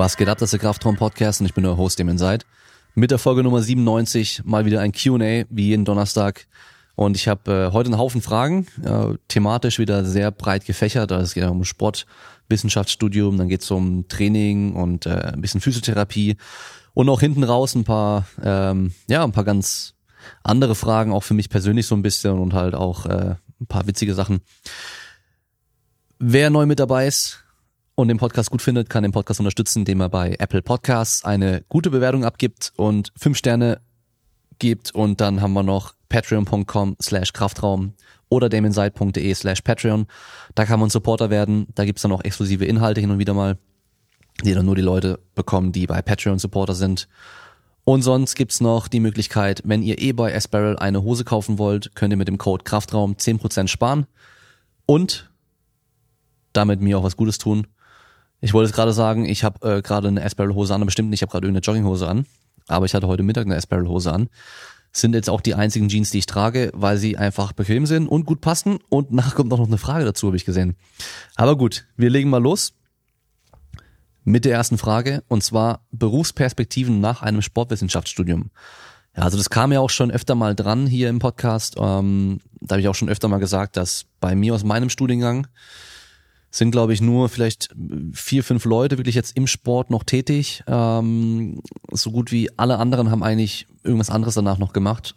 Was geht ab, das ist der Kraftraum-Podcast und ich bin euer Host, dem Inside. Mit der Folge Nummer 97 mal wieder ein Q&A, wie jeden Donnerstag. Und ich habe heute einen Haufen Fragen, thematisch wieder sehr breit gefächert. Es geht um Sportwissenschaftsstudium, dann geht es um Training und ein bisschen Physiotherapie. Und auch hinten raus ein paar ganz andere Fragen, auch für mich persönlich so ein bisschen und halt auch ein paar witzige Sachen. Wer neu mit dabei ist und den Podcast gut findet, kann den Podcast unterstützen, indem er bei Apple Podcasts eine gute Bewertung abgibt und 5 Sterne gibt. Und dann haben wir noch patreon.com/Kraftraum oder damienside.de/Patreon. Da kann man Supporter werden. Da gibt's dann auch exklusive Inhalte hin und wieder mal, die dann nur die Leute bekommen, die bei Patreon Supporter sind. Und sonst gibt's noch die Möglichkeit, wenn ihr bei Asparrel eine Hose kaufen wollt, könnt ihr mit dem Code Kraftraum 10% sparen und damit mir auch was Gutes tun. Ich wollte es gerade sagen, ich habe gerade eine Asparrel-Hose an, bestimmt nicht, ich habe gerade irgendeine Jogginghose an, aber ich hatte heute Mittag eine Asparrel-Hose an. Sind jetzt auch die einzigen Jeans, die ich trage, weil sie einfach bequem sind und gut passen. Und nachher kommt auch noch eine Frage dazu, habe ich gesehen. Aber gut, wir legen mal los mit der ersten Frage, und zwar Berufsperspektiven nach einem Sportwissenschaftsstudium. Ja, also das kam ja auch schon öfter mal dran hier im Podcast. Da habe ich auch schon öfter mal gesagt, dass bei mir aus meinem Studiengang sind, glaube ich, nur vielleicht 4, 5 Leute wirklich jetzt im Sport noch tätig. So gut wie alle anderen haben eigentlich irgendwas anderes danach noch gemacht.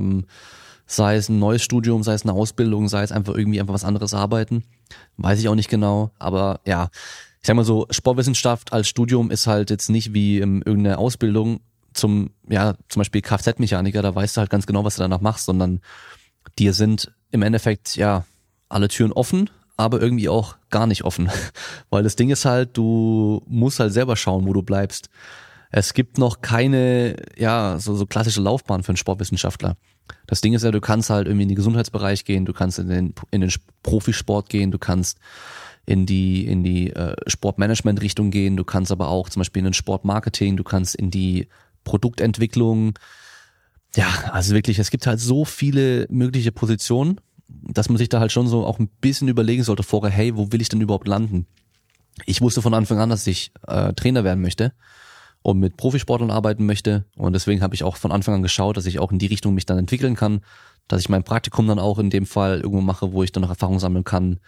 Sei es ein neues Studium, sei es eine Ausbildung, sei es einfach was anderes arbeiten. Weiß ich auch nicht genau. Aber ja, ich sag mal so, Sportwissenschaft als Studium ist halt jetzt nicht wie irgendeine Ausbildung zum Beispiel Kfz-Mechaniker, da weißt du halt ganz genau, was du danach machst, sondern dir sind im Endeffekt alle Türen offen, aber irgendwie auch gar nicht offen. Weil das Ding ist halt, du musst halt selber schauen, wo du bleibst. Es gibt noch keine, so klassische Laufbahn für einen Sportwissenschaftler. Das Ding ist ja, du kannst halt irgendwie in den Gesundheitsbereich gehen, du kannst in den Profisport gehen, du kannst in die Sportmanagement-Richtung gehen, du kannst aber auch zum Beispiel in den Sportmarketing, du kannst in die Produktentwicklung. Ja, also wirklich, es gibt halt so viele mögliche Positionen, dass man sich da halt schon so auch ein bisschen überlegen sollte vorher, hey, wo will ich denn überhaupt landen? Ich wusste von Anfang an, dass ich Trainer werden möchte und mit Profisportlern arbeiten möchte, und deswegen habe ich auch von Anfang an geschaut, dass ich auch in die Richtung mich dann entwickeln kann, dass ich mein Praktikum dann auch in dem Fall irgendwo mache, wo ich dann noch Erfahrung sammeln kann,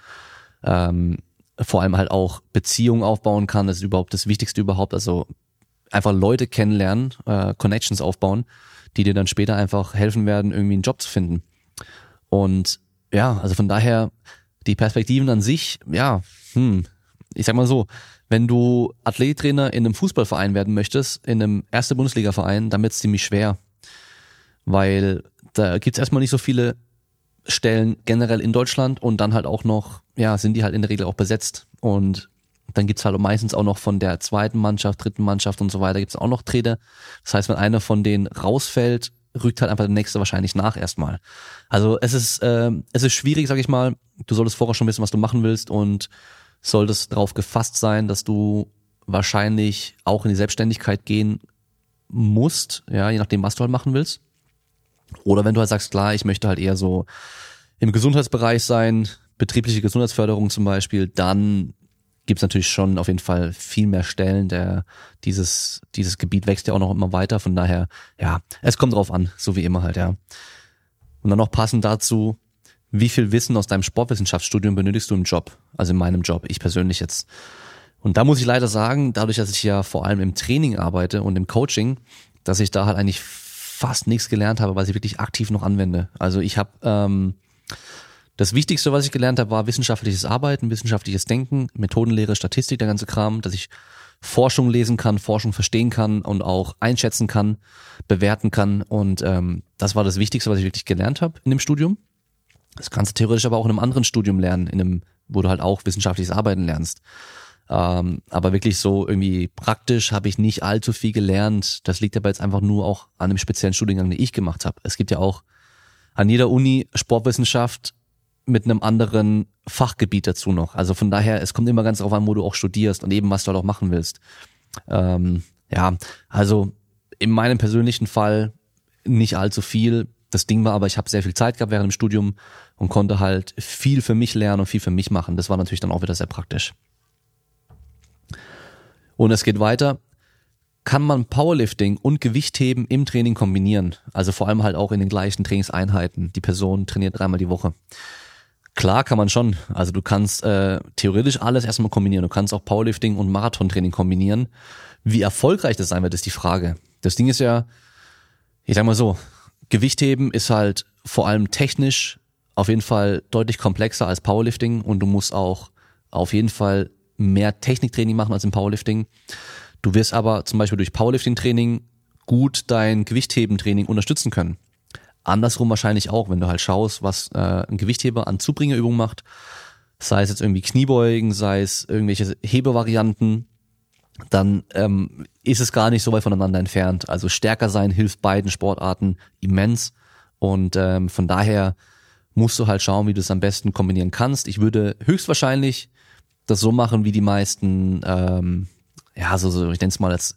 vor allem halt auch Beziehungen aufbauen kann, das ist überhaupt das Wichtigste überhaupt, also einfach Leute kennenlernen, Connections aufbauen, die dir dann später einfach helfen werden, irgendwie einen Job zu finden. Und ja, also von daher, die Perspektiven an sich, ich sag mal so, wenn du Athlettrainer in einem Fußballverein werden möchtest, in einem ersten Bundesliga-Verein, dann wird's ziemlich schwer, weil da gibt's erstmal nicht so viele Stellen generell in Deutschland, und dann halt auch noch, sind die halt in der Regel auch besetzt, und dann gibt's halt meistens auch noch von der zweiten Mannschaft, dritten Mannschaft und so weiter, gibt's auch noch Trainer. Das heißt, wenn einer von denen rausfällt, rückt halt einfach der nächste wahrscheinlich nach erstmal. Also es ist schwierig, sag ich mal. Du solltest vorher schon wissen, was du machen willst, und solltest darauf gefasst sein, dass du wahrscheinlich auch in die Selbstständigkeit gehen musst, je nachdem, was du halt machen willst. Oder wenn du halt sagst, klar, ich möchte halt eher so im Gesundheitsbereich sein, betriebliche Gesundheitsförderung zum Beispiel, dann gibt's natürlich schon auf jeden Fall viel mehr Stellen. Dieses Gebiet wächst ja auch noch immer weiter. Von daher, es kommt drauf an, so wie immer halt, Und dann noch passend dazu, wie viel Wissen aus deinem Sportwissenschaftsstudium benötigst du im Job? Also in meinem Job, ich persönlich jetzt. Und da muss ich leider sagen, dadurch, dass ich ja vor allem im Training arbeite und im Coaching, dass ich da halt eigentlich fast nichts gelernt habe, was ich wirklich aktiv noch anwende. Also ich habe das Wichtigste, was ich gelernt habe, war wissenschaftliches Arbeiten, wissenschaftliches Denken, Methodenlehre, Statistik, der ganze Kram, dass ich Forschung lesen kann, Forschung verstehen kann und auch einschätzen kann, bewerten kann. Und das war das Wichtigste, was ich wirklich gelernt habe in dem Studium. Das kannst du theoretisch aber auch in einem anderen Studium lernen, wo du halt auch wissenschaftliches Arbeiten lernst. Aber wirklich so irgendwie praktisch habe ich nicht allzu viel gelernt. Das liegt aber jetzt einfach nur auch an dem speziellen Studiengang, den ich gemacht habe. Es gibt ja auch an jeder Uni Sportwissenschaft mit einem anderen Fachgebiet dazu noch. Also von daher, es kommt immer ganz darauf an, wo du auch studierst und eben was du halt auch machen willst. Also in meinem persönlichen Fall nicht allzu viel. Das Ding war aber, ich habe sehr viel Zeit gehabt während dem Studium und konnte halt viel für mich lernen und viel für mich machen. Das war natürlich dann auch wieder sehr praktisch. Und es geht weiter. Kann man Powerlifting und Gewichtheben im Training kombinieren? Also vor allem halt auch in den gleichen Trainingseinheiten. Die Person trainiert 3-mal die Woche. Klar kann man schon. Also du kannst theoretisch alles erstmal kombinieren. Du kannst auch Powerlifting und Marathontraining kombinieren. Wie erfolgreich das sein wird, ist die Frage. Das Ding ist ja, ich sag mal so, Gewichtheben ist halt vor allem technisch auf jeden Fall deutlich komplexer als Powerlifting und du musst auch auf jeden Fall mehr Techniktraining machen als im Powerlifting. Du wirst aber zum Beispiel durch Powerlifting-Training gut dein Gewichtheben-Training unterstützen können. Andersrum wahrscheinlich auch, wenn du halt schaust, was ein Gewichtheber an Zubringerübungen macht, sei es jetzt irgendwie Kniebeugen, sei es irgendwelche Hebevarianten, dann ist es gar nicht so weit voneinander entfernt. Also stärker sein hilft beiden Sportarten immens und von daher musst du halt schauen, wie du es am besten kombinieren kannst. Ich würde höchstwahrscheinlich das so machen, wie die meisten, so ich nenne es mal als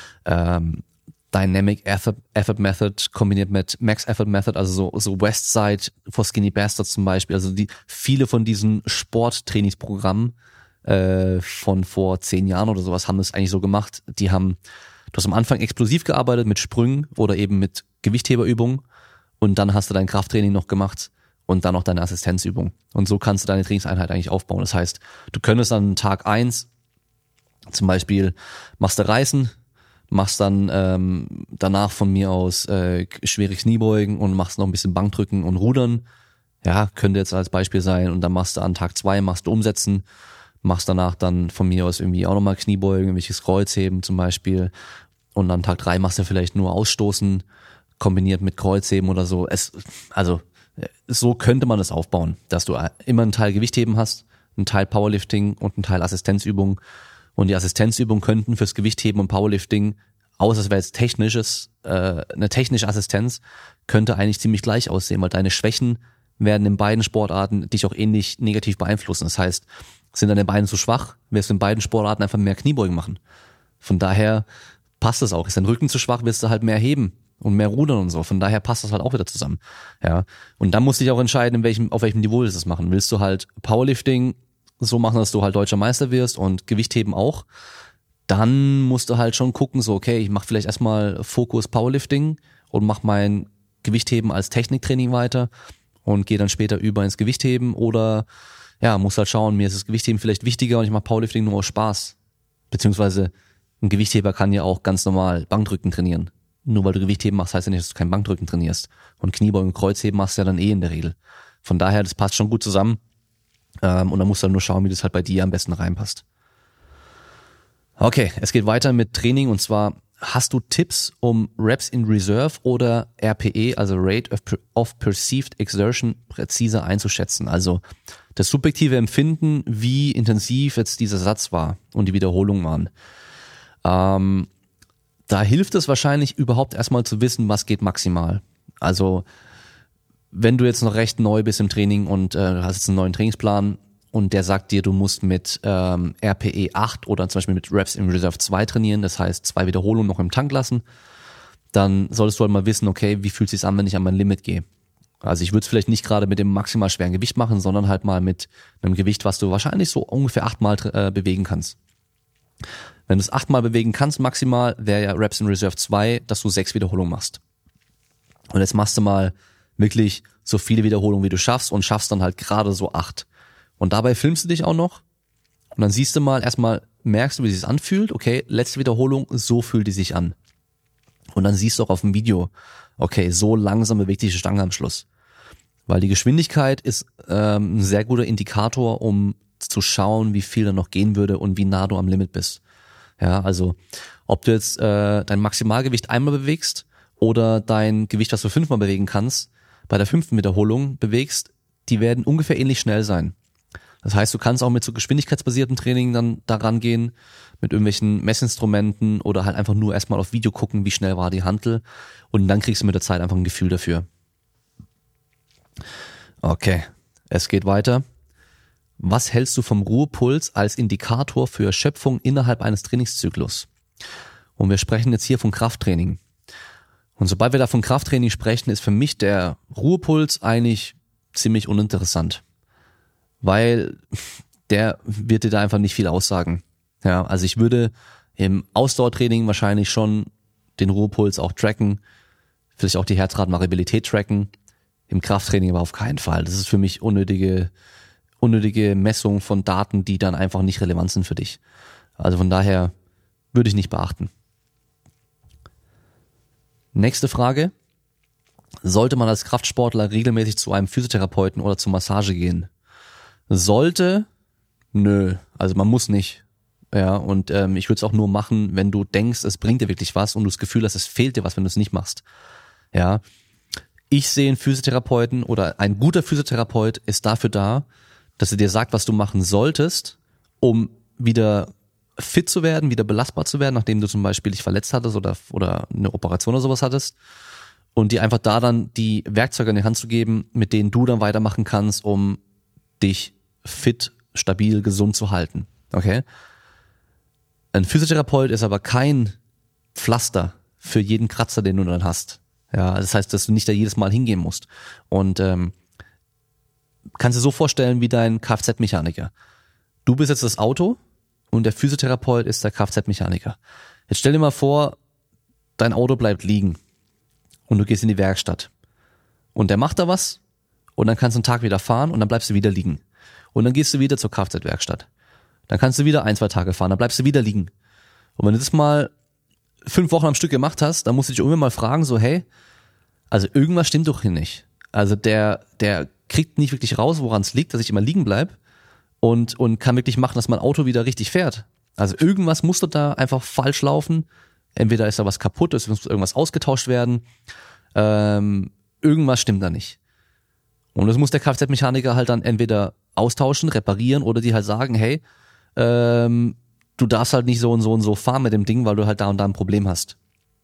Dynamic Effort Method kombiniert mit Max Effort Method, also so Westside for Skinny Bastards zum Beispiel. Also viele von diesen Sporttrainingsprogrammen von vor 10 Jahren oder sowas haben das eigentlich so gemacht. Du hast am Anfang explosiv gearbeitet mit Sprüngen oder eben mit Gewichtheberübungen und dann hast du dein Krafttraining noch gemacht und dann noch deine Assistenzübung. Und so kannst du deine Trainingseinheit eigentlich aufbauen. Das heißt, du könntest an Tag 1 zum Beispiel machst du Reißen, machst dann danach von mir aus schwere Kniebeugen und machst noch ein bisschen Bankdrücken und Rudern. Ja, könnte jetzt als Beispiel sein. Und dann machst du an Tag 2 machst du Umsetzen, machst danach dann von mir aus irgendwie auch nochmal Kniebeugen, irgendwelches Kreuzheben zum Beispiel. Und an Tag 3 machst du vielleicht nur Ausstoßen, kombiniert mit Kreuzheben oder so. So könnte man das aufbauen, dass du immer einen Teil Gewichtheben hast, einen Teil Powerlifting und einen Teil Assistenzübung. Und die Assistenzübungen könnten fürs Gewichtheben und Powerlifting, außer es wäre jetzt eine technische Assistenz, könnte eigentlich ziemlich gleich aussehen, weil deine Schwächen werden in beiden Sportarten dich auch ähnlich negativ beeinflussen. Das heißt, sind deine Beine zu schwach, wirst du in beiden Sportarten einfach mehr Kniebeugen machen. Von daher passt das auch. Ist dein Rücken zu schwach, wirst du halt mehr heben und mehr rudern und so. Von daher passt das halt auch wieder zusammen. Ja. Und dann musst du dich auch entscheiden, auf welchem Niveau willst du das machen. Willst du halt Powerlifting so machen, dass du halt deutscher Meister wirst und Gewichtheben auch, dann musst du halt schon gucken, so okay, ich mache vielleicht erstmal Fokus Powerlifting und mache mein Gewichtheben als Techniktraining weiter und gehe dann später über ins Gewichtheben oder ja, muss halt schauen, mir ist das Gewichtheben vielleicht wichtiger und ich mache Powerlifting nur aus Spaß. Beziehungsweise ein Gewichtheber kann ja auch ganz normal Bankdrücken trainieren. Nur weil du Gewichtheben machst, heißt ja nicht, dass du kein Bankdrücken trainierst. Und Kniebeugen und Kreuzheben machst du ja dann in der Regel. Von daher, das passt schon gut zusammen. Und dann musst du halt nur schauen, wie das halt bei dir am besten reinpasst. Okay, es geht weiter mit Training und zwar, hast du Tipps, um Reps in Reserve oder RPE, also Rate of Perceived Exertion, präziser einzuschätzen? Also das subjektive Empfinden, wie intensiv jetzt dieser Satz war und die Wiederholungen waren. Da hilft es wahrscheinlich überhaupt erstmal zu wissen, was geht maximal. Also wenn du jetzt noch recht neu bist im Training und hast jetzt einen neuen Trainingsplan und der sagt dir, du musst mit RPE 8 oder zum Beispiel mit Reps in Reserve 2 trainieren, das heißt 2 Wiederholungen noch im Tank lassen, dann solltest du halt mal wissen, okay, wie fühlt es sich an, wenn ich an mein Limit gehe. Also ich würde es vielleicht nicht gerade mit dem maximal schweren Gewicht machen, sondern halt mal mit einem Gewicht, was du wahrscheinlich so ungefähr 8-mal bewegen kannst. Wenn du es 8-mal bewegen kannst maximal, wäre ja Reps in Reserve 2, dass du 6 Wiederholungen machst. Und jetzt machst du mal wirklich so viele Wiederholungen, wie du schaffst und schaffst dann halt gerade so 8. Und dabei filmst du dich auch noch und dann siehst du mal, erstmal merkst du, wie es sich anfühlt. Okay, letzte Wiederholung, so fühlt die sich an. Und dann siehst du auch auf dem Video, okay, so langsam bewegt sich die Stange am Schluss. Weil die Geschwindigkeit ist ein sehr guter Indikator, um zu schauen, wie viel da noch gehen würde und wie nah du am Limit bist. Ja, also ob du jetzt dein Maximalgewicht einmal bewegst oder dein Gewicht, was du 5-mal bewegen kannst, bei der 5. Wiederholung bewegst, die werden ungefähr ähnlich schnell sein. Das heißt, du kannst auch mit so geschwindigkeitsbasierten Training dann daran gehen, mit irgendwelchen Messinstrumenten oder halt einfach nur erstmal auf Video gucken, wie schnell war die Hantel und dann kriegst du mit der Zeit einfach ein Gefühl dafür. Okay, es geht weiter. Was hältst du vom Ruhepuls als Indikator für Erschöpfung innerhalb eines Trainingszyklus? Und wir sprechen jetzt hier von Krafttraining. Und sobald wir da von Krafttraining sprechen, ist für mich der Ruhepuls eigentlich ziemlich uninteressant. Weil der wird dir da einfach nicht viel aussagen. Ja, also ich würde Im Ausdauertraining wahrscheinlich schon den Ruhepuls auch tracken, vielleicht auch die Herzratenvariabilität tracken. Im Krafttraining aber auf keinen Fall. Das ist für mich unnötige Messung von Daten, die dann einfach nicht relevant sind für dich. Also von daher würde ich nicht beachten. Nächste Frage. Sollte man als Kraftsportler regelmäßig zu einem Physiotherapeuten oder zur Massage gehen? Sollte? Nö. Also man muss nicht. Ja, und ich würde es auch nur machen, wenn du denkst, es bringt dir wirklich was und du das Gefühl hast, es fehlt dir was, wenn du es nicht machst. Ja. Ich sehe einen Physiotherapeuten oder ein guter Physiotherapeut ist dafür da, dass er dir sagt, was du machen solltest, um wieder fit zu werden, wieder belastbar zu werden, nachdem du zum Beispiel dich verletzt hattest oder eine Operation oder sowas hattest. Und dir einfach da dann die Werkzeuge in die Hand zu geben, mit denen du dann weitermachen kannst, um dich fit, stabil, gesund zu halten. Okay? Ein Physiotherapeut ist aber kein Pflaster für jeden Kratzer, den du dann hast. Ja, das heißt, dass du nicht da jedes Mal hingehen musst. Und kannst du dir so vorstellen wie dein Kfz-Mechaniker. Du bist jetzt das Auto und der Physiotherapeut ist der Kfz-Mechaniker. Jetzt stell dir mal vor, dein Auto bleibt liegen und du gehst in die Werkstatt. Und der macht da was und dann kannst du einen Tag wieder fahren und dann bleibst du wieder liegen. Und dann gehst du wieder zur Kfz-Werkstatt. Dann kannst du wieder 1-2 Tage fahren, dann bleibst du wieder liegen. Und wenn du das mal 5 Wochen am Stück gemacht hast, dann musst du dich irgendwann mal fragen, so hey, also irgendwas stimmt doch hier nicht. Also der kriegt nicht wirklich raus, woran es liegt, dass ich immer liegen bleib und kann wirklich machen, dass mein Auto wieder richtig fährt. Also irgendwas muss da einfach falsch laufen. Entweder ist da was kaputt, es muss irgendwas ausgetauscht werden. Irgendwas stimmt da nicht. Und das muss der Kfz-Mechaniker halt dann entweder austauschen, reparieren oder die halt sagen, hey, du darfst halt nicht so und so und so fahren mit dem Ding, weil du halt da und da ein Problem hast.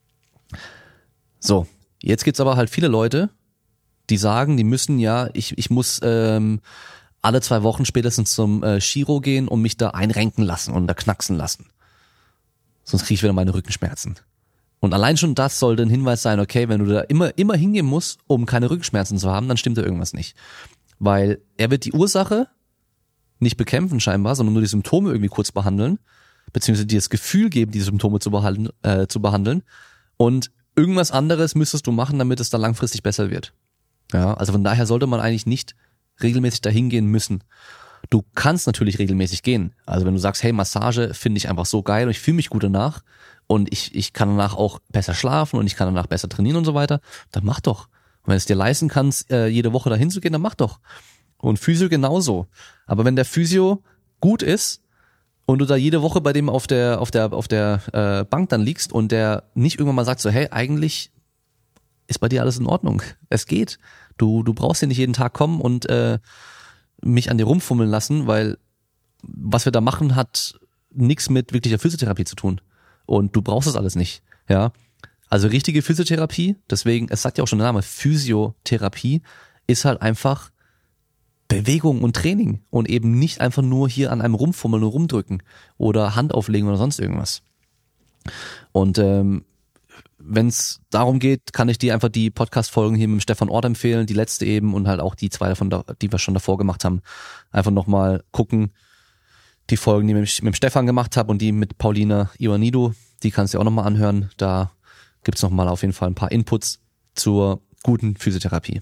So, jetzt gibt's aber halt viele Leute, die sagen, die müssen ich muss alle 2 Wochen spätestens zum Chiro gehen und mich da einrenken lassen und da knacksen lassen. Sonst kriege ich wieder meine Rückenschmerzen. Und allein schon das sollte ein Hinweis sein, okay, wenn du da immer hingehen musst, um keine Rückenschmerzen zu haben, dann stimmt da irgendwas nicht. Weil er wird die Ursache nicht bekämpfen scheinbar, sondern nur die Symptome irgendwie kurz behandeln, beziehungsweise dir das Gefühl geben, die Symptome zu behandeln. Und irgendwas anderes müsstest du machen, damit es dann langfristig besser wird. Ja, also von daher sollte man eigentlich nicht regelmäßig dahin gehen müssen. Du kannst natürlich regelmäßig gehen. Also wenn du sagst, hey, Massage finde ich einfach so geil und ich fühle mich gut danach und ich kann danach auch besser schlafen und ich kann danach besser trainieren und so weiter, dann mach doch. Und wenn du es dir leisten kannst, jede Woche dahin zu gehen, dann mach doch. Und Physio genauso. Aber wenn der Physio gut ist und du da jede Woche bei dem auf der Bank dann liegst und der nicht irgendwann mal sagt so, hey, eigentlich ist bei dir alles in Ordnung. Es geht. Du brauchst hier nicht jeden Tag kommen und mich an dir rumfummeln lassen, weil was wir da machen, hat nichts mit wirklicher Physiotherapie zu tun. Und du brauchst das alles nicht. Ja. Also richtige Physiotherapie, deswegen, es sagt ja auch schon der Name, Physiotherapie, ist halt einfach Bewegung und Training und eben nicht einfach nur hier an einem rumfummeln und rumdrücken oder Hand auflegen oder sonst irgendwas. Und wenn es darum geht, kann ich dir einfach die Podcast-Folgen hier mit dem Stefan Ort empfehlen, die letzte eben und halt auch die 2 davon, die wir schon davor gemacht haben. Einfach nochmal gucken, die Folgen, die ich mit dem Stefan gemacht habe und die mit Paulina Ioannidou, die kannst du dir auch nochmal anhören. Da gibt's nochmal auf jeden Fall ein paar Inputs zur guten Physiotherapie.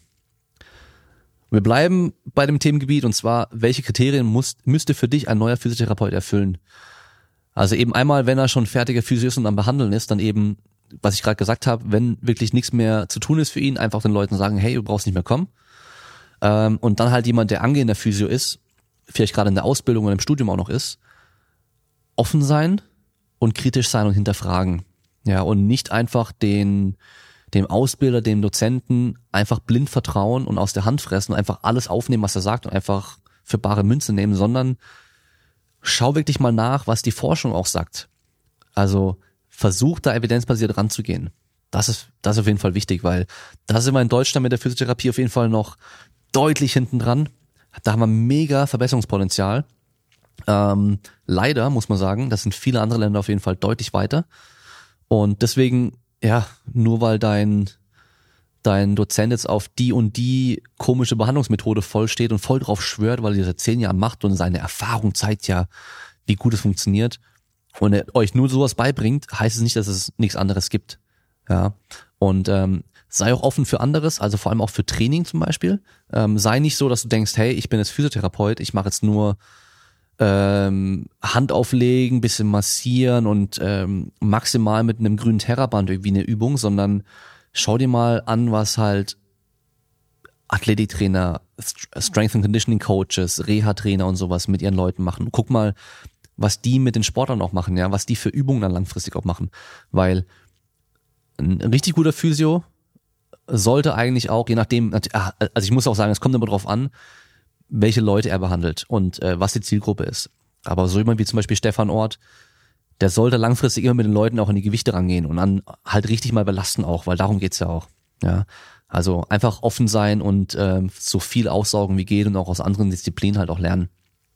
Wir bleiben bei dem Themengebiet und zwar, welche Kriterien müsste für dich ein neuer Physiotherapeut erfüllen? Also eben einmal, wenn er schon fertiger Physio ist und am Behandeln ist, dann eben, was ich gerade gesagt habe, wenn wirklich nichts mehr zu tun ist für ihn, einfach den Leuten sagen, hey, du brauchst nicht mehr kommen. Und dann halt jemand, der angehender Physio ist, vielleicht gerade in der Ausbildung oder im Studium auch noch ist, offen sein und kritisch sein und hinterfragen. Ja, und nicht einfach dem Ausbilder, dem Dozenten einfach blind vertrauen und aus der Hand fressen und einfach alles aufnehmen, was er sagt und einfach für bare Münze nehmen, sondern schau wirklich mal nach, was die Forschung auch sagt. Also versuch da evidenzbasiert ranzugehen. Das ist auf jeden Fall wichtig, weil da sind wir in Deutschland mit der Physiotherapie auf jeden Fall noch deutlich hinten dran. Da haben wir mega Verbesserungspotenzial. Leider muss man sagen, das sind viele andere Länder auf jeden Fall deutlich weiter. Und deswegen, ja, nur weil dein Dozent jetzt auf die und die komische Behandlungsmethode voll steht und voll drauf schwört, weil er das seit 10 Jahren macht und seine Erfahrung zeigt ja, wie gut es funktioniert. und er euch nur sowas beibringt, heißt es nicht, dass es nichts anderes gibt. Ja. Und sei auch offen für anderes, also vor allem auch für Training zum Beispiel. Sei nicht so, dass du denkst, hey, ich bin jetzt Physiotherapeut, ich mache jetzt nur Hand auflegen, bisschen massieren und maximal mit einem grünen Terraband irgendwie eine Übung, sondern schau dir mal an, was halt Athletiktrainer, Strength and Conditioning Coaches, Reha-Trainer und sowas mit ihren Leuten machen. Guck mal, was die mit den Sportlern auch machen, ja, was die für Übungen dann langfristig auch machen, weil ein richtig guter Physio sollte eigentlich auch, je nachdem, also ich muss auch sagen, es kommt immer drauf an, welche Leute er behandelt und was die Zielgruppe ist. Aber so jemand wie zum Beispiel Stefan Ort, der sollte langfristig immer mit den Leuten auch in die Gewichte rangehen und dann halt richtig mal belasten auch, weil darum geht's ja auch. Ja, also einfach offen sein und so viel aussaugen wie geht und auch aus anderen Disziplinen halt auch lernen.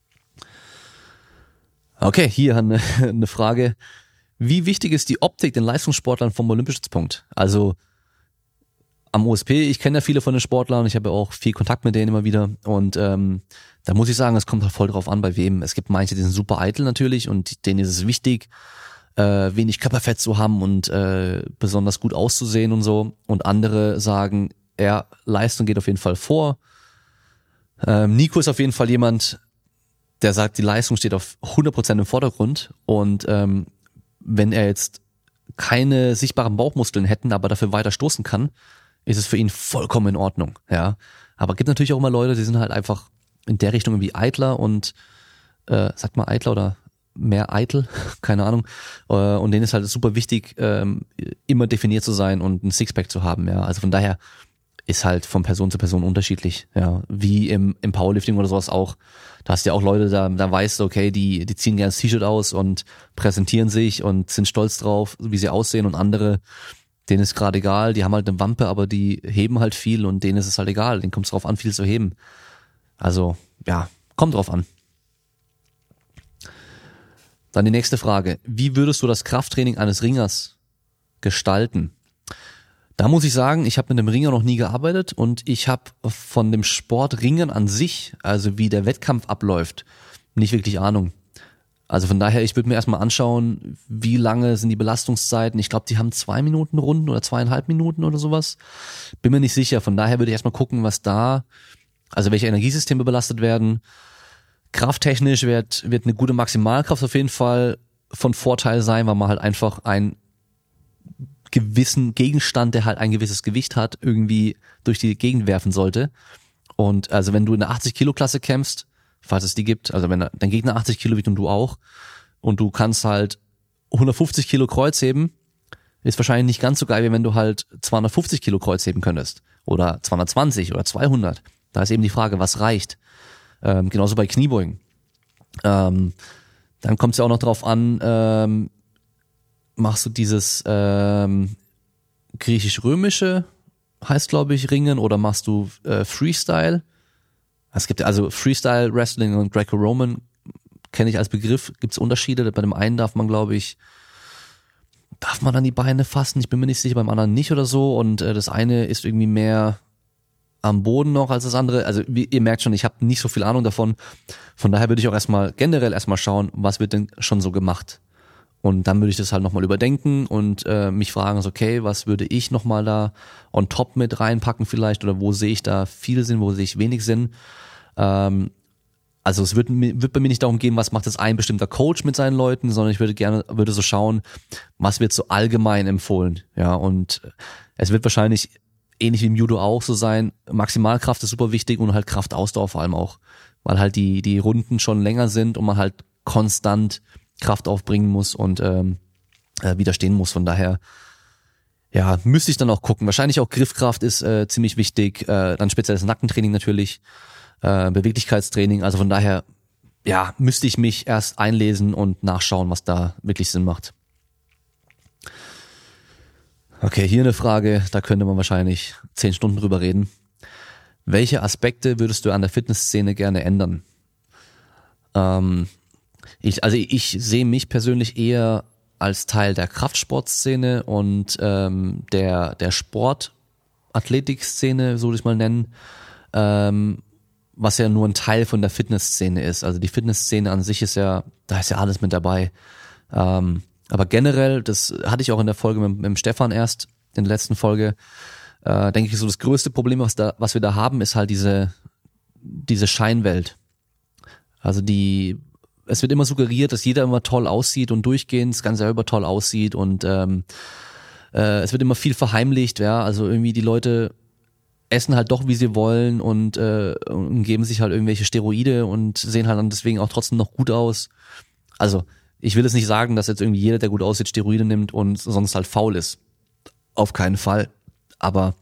Okay, hier eine Frage. Wie wichtig ist die Optik den Leistungssportlern vom Olympiastützpunkt? Also am OSP, ich kenne ja viele von den Sportlern, ich habe ja auch viel Kontakt mit denen immer wieder und da muss ich sagen, es kommt halt voll drauf an, bei wem. Es gibt manche, die sind super eitel natürlich und denen ist es wichtig, wenig Körperfett zu haben und besonders gut auszusehen und so. Und andere sagen, ja, Leistung geht auf jeden Fall vor. Nico ist auf jeden Fall jemand, der sagt, die Leistung steht auf 100% im Vordergrund und wenn er jetzt keine sichtbaren Bauchmuskeln hätten, aber dafür weiter stoßen kann, ist es für ihn vollkommen in Ordnung, ja. Aber es gibt natürlich auch immer Leute, die sind halt einfach in der Richtung irgendwie eitler und sagt mal eitler oder mehr eitel, keine Ahnung. Und denen ist halt super wichtig, immer definiert zu sein und ein Sixpack zu haben, ja. Also von daher ist halt von Person zu Person unterschiedlich, ja. Wie im Powerlifting oder sowas auch. Da hast du ja auch Leute, da weißt du, okay, die ziehen gerne das T-Shirt aus und präsentieren sich und sind stolz drauf, wie sie aussehen und andere, denen ist gerade egal, die haben halt eine Wampe, aber die heben halt viel und denen ist es halt egal, denen kommt es drauf an, viel zu heben. Also, ja, kommt drauf an. Dann die nächste Frage. Wie würdest du das Krafttraining eines Ringers gestalten? Da muss ich sagen, ich habe mit einem Ringer noch nie gearbeitet und ich habe von dem Sport Ringen an sich, also wie der Wettkampf abläuft, nicht wirklich Ahnung. Also von daher, ich würde mir erstmal anschauen, wie lange sind die Belastungszeiten. Ich glaube, die haben 2 Minuten Runden oder 2,5 Minuten oder sowas. Bin mir nicht sicher. Von daher würde ich erstmal gucken, was da, also welche Energiesysteme belastet werden. Krafttechnisch wird eine gute Maximalkraft auf jeden Fall von Vorteil sein, weil man halt einfach einen gewissen Gegenstand, der halt ein gewisses Gewicht hat, irgendwie durch die Gegend werfen sollte. Und also wenn du in der 80-Kilo-Klasse kämpfst, falls es die gibt, also wenn dein Gegner 80 Kilo wiegt und du auch, und du kannst halt 150 Kilo Kreuzheben, ist wahrscheinlich nicht ganz so geil, wie wenn du halt 250 Kilo Kreuzheben könntest. Oder 220 oder 200. Da ist eben die Frage, was reicht. Genauso bei Kniebeugen. Dann kommt es ja auch noch drauf an, machst du dieses griechisch-römische, heißt glaube ich Ringen, oder machst du Freestyle? Es gibt ja also Freestyle Wrestling und Greco-Roman, kenne ich als Begriff, gibt es Unterschiede. Bei dem einen darf man dann die Beine fassen, ich bin mir nicht sicher, beim anderen nicht oder so, und das eine ist irgendwie mehr am Boden noch als das andere. Also wie ihr merkt schon, ich habe nicht so viel Ahnung davon. Von daher würde ich auch generell erstmal schauen, was wird denn schon so gemacht. Und dann würde ich das halt nochmal überdenken und mich fragen, also okay, was würde ich nochmal da on top mit reinpacken vielleicht, oder wo sehe ich da viel Sinn, wo sehe ich wenig Sinn. Also es wird bei mir nicht darum gehen, was macht jetzt ein bestimmter Coach mit seinen Leuten, sondern ich würde so schauen, was wird so allgemein empfohlen. Ja, und es wird wahrscheinlich ähnlich wie im Judo auch so sein, Maximalkraft ist super wichtig und halt Kraftausdauer vor allem auch, weil halt die Runden schon länger sind und man halt konstant Kraft aufbringen muss und widerstehen muss. Von daher, ja, müsste ich dann auch gucken. Wahrscheinlich auch Griffkraft ist ziemlich wichtig, dann spezielles Nackentraining natürlich, Beweglichkeitstraining. Also von daher, ja, müsste ich mich erst einlesen und nachschauen, was da wirklich Sinn macht. Okay, hier eine Frage, da könnte man wahrscheinlich 10 Stunden drüber reden. Welche Aspekte würdest du an der Fitnessszene gerne ändern? Ich sehe mich persönlich eher als Teil der Kraftsportszene und der Sportathletik-Szene, so würde ich es mal nennen, was ja nur ein Teil von der Fitnessszene ist. Also die Fitnessszene an sich ist ja, da ist ja alles mit dabei. Aber generell, das hatte ich auch in der Folge mit dem Stefan erst, in der letzten Folge, denke ich, so das größte Problem, was wir da haben, ist halt diese Scheinwelt. Also es wird immer suggeriert, dass jeder immer toll aussieht und durchgehend das Ganze selber toll aussieht und es wird immer viel verheimlicht, ja, also irgendwie die Leute essen halt doch, wie sie wollen und geben sich halt irgendwelche Steroide und sehen halt dann deswegen auch trotzdem noch gut aus. Also ich will jetzt nicht sagen, dass jetzt irgendwie jeder, der gut aussieht, Steroide nimmt und sonst halt faul ist. Auf keinen Fall. Aber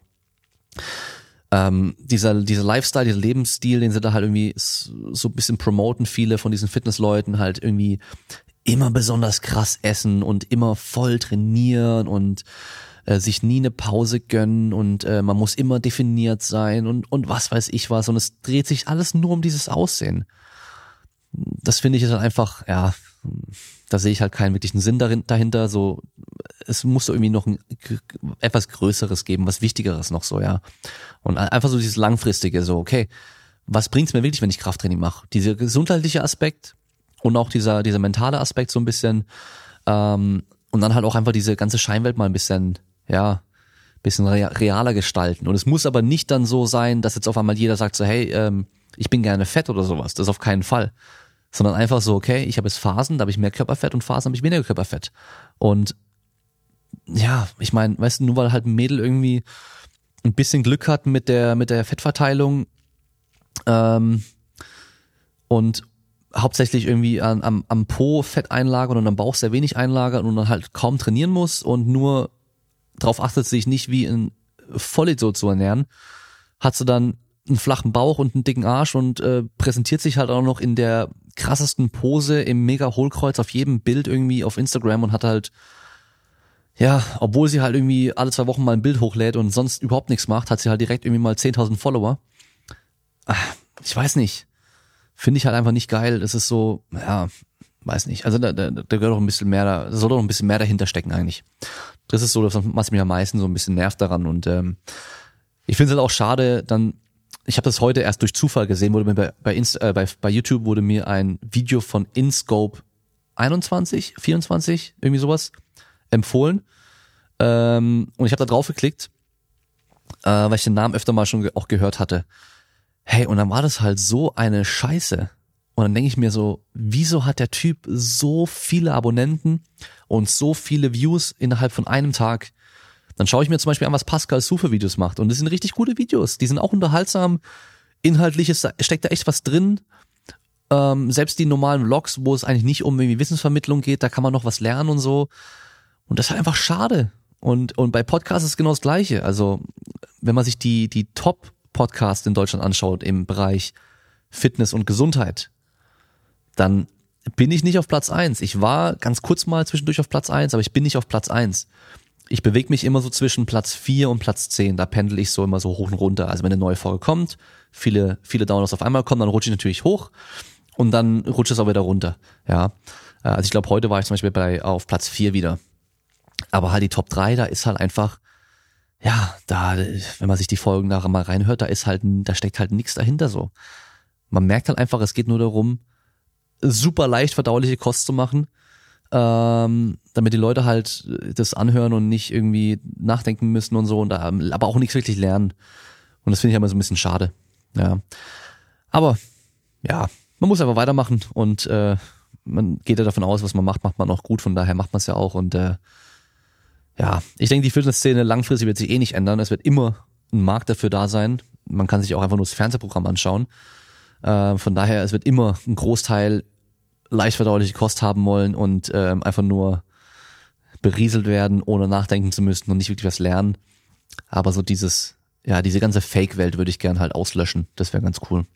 dieser Lifestyle, dieser Lebensstil, den sie da halt irgendwie so ein bisschen promoten, viele von diesen Fitnessleuten halt irgendwie immer besonders krass essen und immer voll trainieren und sich nie eine Pause gönnen und man muss immer definiert sein und was weiß ich was und es dreht sich alles nur um dieses Aussehen. Das finde ich ist halt einfach, ja, da sehe ich halt keinen wirklichen Sinn dahinter, so, es muss so irgendwie noch etwas Größeres geben, was Wichtigeres noch so, ja. Und einfach so dieses Langfristige, so, okay, was bringt's mir wirklich, wenn ich Krafttraining mache? Dieser gesundheitliche Aspekt und auch dieser mentale Aspekt so ein bisschen, und dann halt auch einfach diese ganze Scheinwelt mal ein bisschen, ja, bisschen realer gestalten. Und es muss aber nicht dann so sein, dass jetzt auf einmal jeder sagt so, hey, ich bin gerne fett oder sowas. Das ist auf keinen Fall. Sondern einfach so, okay, ich habe jetzt Phasen, da habe ich mehr Körperfett und Phasen habe ich weniger Körperfett. Und ja, ich meine, weißt du, nur weil halt ein Mädel irgendwie ein bisschen Glück hat mit der Fettverteilung und hauptsächlich irgendwie am Po Fett einlagern und am Bauch sehr wenig einlagern und dann halt kaum trainieren muss und nur darauf achtet, sich nicht wie ein Vollidiot zu ernähren, hat sie dann einen flachen Bauch und einen dicken Arsch und präsentiert sich halt auch noch in der krassesten Pose im Mega-Hohlkreuz auf jedem Bild irgendwie auf Instagram und hat halt, ja, obwohl sie halt irgendwie alle 2 Wochen mal ein Bild hochlädt und sonst überhaupt nichts macht, hat sie halt direkt irgendwie mal 10.000 Follower. Ich weiß nicht. Finde ich halt einfach nicht geil. Das ist so, ja, weiß nicht. Also da gehört doch ein bisschen mehr, da soll doch ein bisschen mehr dahinter stecken eigentlich. Das ist so, das, was mich am meisten so ein bisschen nervt daran und ich finde es halt auch schade, dann ich habe das heute erst durch Zufall gesehen, wurde mir bei YouTube wurde mir ein Video von InScope 21, 24, irgendwie sowas empfohlen. Und ich habe da drauf geklickt, weil ich den Namen öfter mal schon auch gehört hatte. Hey, und dann war das halt so eine Scheiße. Und dann denke ich mir so, wieso hat der Typ so viele Abonnenten und so viele Views innerhalb von einem Tag? Dann schaue ich mir zum Beispiel an, was Pascal Su für Videos macht. Und das sind richtig gute Videos. Die sind auch unterhaltsam. Inhaltlich steckt da echt was drin. Selbst die normalen Vlogs, wo es eigentlich nicht um irgendwie Wissensvermittlung geht, da kann man noch was lernen und so. Und das ist halt einfach schade. Und bei Podcasts ist es genau das Gleiche. Also, wenn man sich die Top-Podcasts in Deutschland anschaut im Bereich Fitness und Gesundheit, dann bin ich nicht auf Platz 1. Ich war ganz kurz mal zwischendurch auf Platz 1, aber ich bin nicht auf Platz 1. Ich bewege mich immer so zwischen Platz 4 und Platz 10. Da pendel ich so immer so hoch und runter. Also wenn eine neue Folge kommt, viele Downloads auf einmal kommen, dann rutsche ich natürlich hoch und dann rutscht es auch wieder runter. Ja, also ich glaube, heute war ich zum Beispiel auf Platz 4 wieder. Aber halt die Top 3, da ist halt einfach, ja, da, wenn man sich die Folgen nachher mal reinhört, da steckt halt nichts dahinter so. Man merkt halt einfach, es geht nur darum, super leicht verdauliche Kost zu machen, damit die Leute halt das anhören und nicht irgendwie nachdenken müssen und so, und aber auch nichts wirklich lernen. Und das finde ich immer so ein bisschen schade. Ja. Aber ja, man muss einfach weitermachen und man geht ja davon aus, was man macht man auch gut, von daher macht man es ja auch. Und ja, ich denke, die Fitnessszene langfristig wird sich eh nicht ändern. Es wird immer ein Markt dafür da sein. Man kann sich auch einfach nur das Fernsehprogramm anschauen. Von daher, es wird immer ein Großteil leicht verdauliche Kost haben wollen und einfach nur berieselt werden, ohne nachdenken zu müssen und nicht wirklich was lernen. Aber so diese ganze Fake-Welt würde ich gern halt auslöschen. Das wäre ganz cool.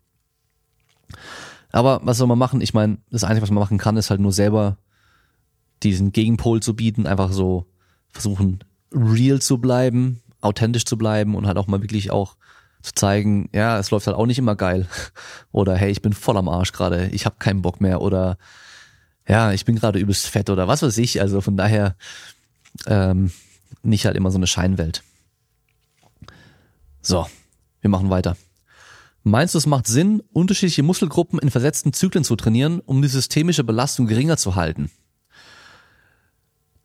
Aber was soll man machen? Ich meine, das Einzige, was man machen kann, ist halt nur selber diesen Gegenpol zu bieten, einfach so versuchen, real zu bleiben, authentisch zu bleiben und halt auch mal wirklich auch zu zeigen, ja, es läuft halt auch nicht immer geil. Oder hey, ich bin voll am Arsch gerade, ich habe keinen Bock mehr. Oder ja, ich bin gerade übelst fett oder was weiß ich. Also von daher nicht halt immer so eine Scheinwelt. So, wir machen weiter. Meinst du, es macht Sinn, unterschiedliche Muskelgruppen in versetzten Zyklen zu trainieren, um die systemische Belastung geringer zu halten?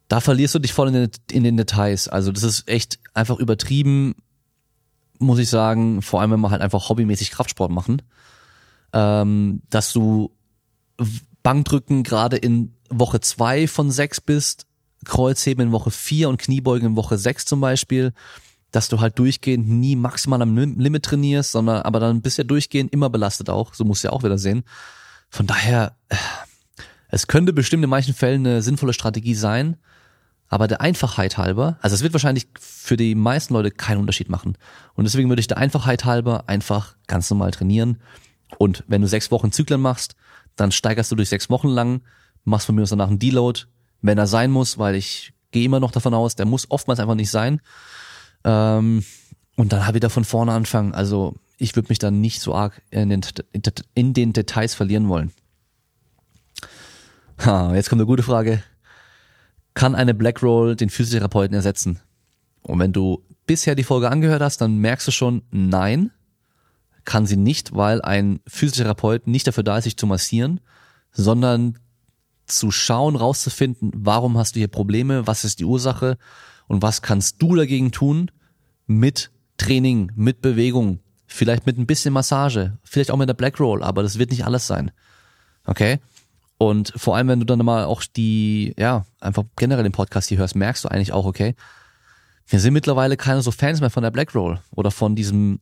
da verlierst du dich voll in den Details. Also das ist echt einfach übertrieben, muss ich sagen, vor allem wenn wir halt einfach hobbymäßig Kraftsport machen, dass du Bankdrücken gerade in Woche 2 von 6 bist, Kreuzheben in Woche 4 und Kniebeugen in Woche 6 zum Beispiel, dass du halt durchgehend nie maximal am Limit trainierst, sondern aber dann bist du ja durchgehend immer belastet auch, so musst du ja auch wieder sehen. Von daher, es könnte bestimmt in manchen Fällen eine sinnvolle Strategie sein, aber der Einfachheit halber, also es wird wahrscheinlich für die meisten Leute keinen Unterschied machen. Und deswegen würde ich der Einfachheit halber einfach ganz normal trainieren. Und wenn du 6 Wochen Zyklen machst, dann steigerst du durch 6 Wochen lang, machst von mir aus danach einen Deload, wenn er sein muss, weil ich gehe immer noch davon aus, der muss oftmals einfach nicht sein. Und dann halt wieder von vorne anfangen. Also ich würde mich dann nicht so arg in den Details verlieren wollen. Jetzt kommt eine gute Frage. Kann eine Black Roll den Physiotherapeuten ersetzen? Und wenn du bisher die Folge angehört hast, dann merkst du schon, nein, kann sie nicht, weil ein Physiotherapeut nicht dafür da ist, sich zu massieren, sondern zu schauen, rauszufinden, warum hast du hier Probleme, was ist die Ursache und was kannst du dagegen tun mit Training, mit Bewegung, vielleicht mit ein bisschen Massage, vielleicht auch mit der Black Roll, aber das wird nicht alles sein. Okay? Und vor allem, wenn du dann mal auch einfach generell den Podcast hier hörst, merkst du eigentlich auch, okay, wir sind mittlerweile keine so Fans mehr von der Black Roll oder von diesem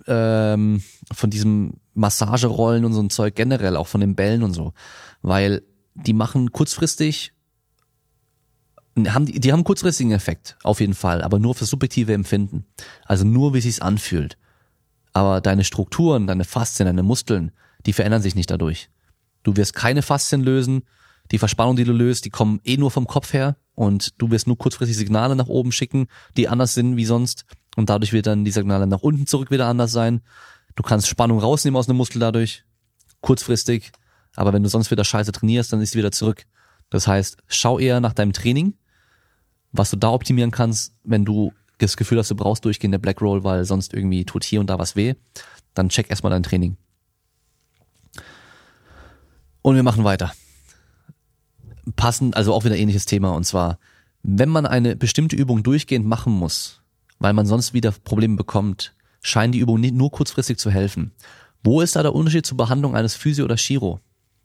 Massagerollen und so ein Zeug generell, auch von den Bällen und so, weil die machen kurzfristig, die haben kurzfristigen Effekt, auf jeden Fall, aber nur für subjektive Empfinden, also nur wie es sich anfühlt. Aber deine Strukturen, deine Faszien, deine Muskeln, die verändern sich nicht dadurch. Du wirst keine Faszien lösen, die Verspannung, die du löst, die kommen nur vom Kopf her und du wirst nur kurzfristig Signale nach oben schicken, die anders sind wie sonst und dadurch wird dann die Signale nach unten zurück wieder anders sein. Du kannst Spannung rausnehmen aus einem Muskel dadurch, kurzfristig, aber wenn du sonst wieder scheiße trainierst, dann ist sie wieder zurück. Das heißt, schau eher nach deinem Training, was du da optimieren kannst, wenn du das Gefühl hast, du brauchst durchgehende Black Roll, weil sonst irgendwie tut hier und da was weh, dann check erstmal dein Training. Und wir machen weiter. Passend, also auch wieder ähnliches Thema, und zwar, wenn man eine bestimmte Übung durchgehend machen muss, weil man sonst wieder Probleme bekommt, scheinen die Übungen nicht nur kurzfristig zu helfen. Wo ist da der Unterschied zur Behandlung eines Physio oder Chiro?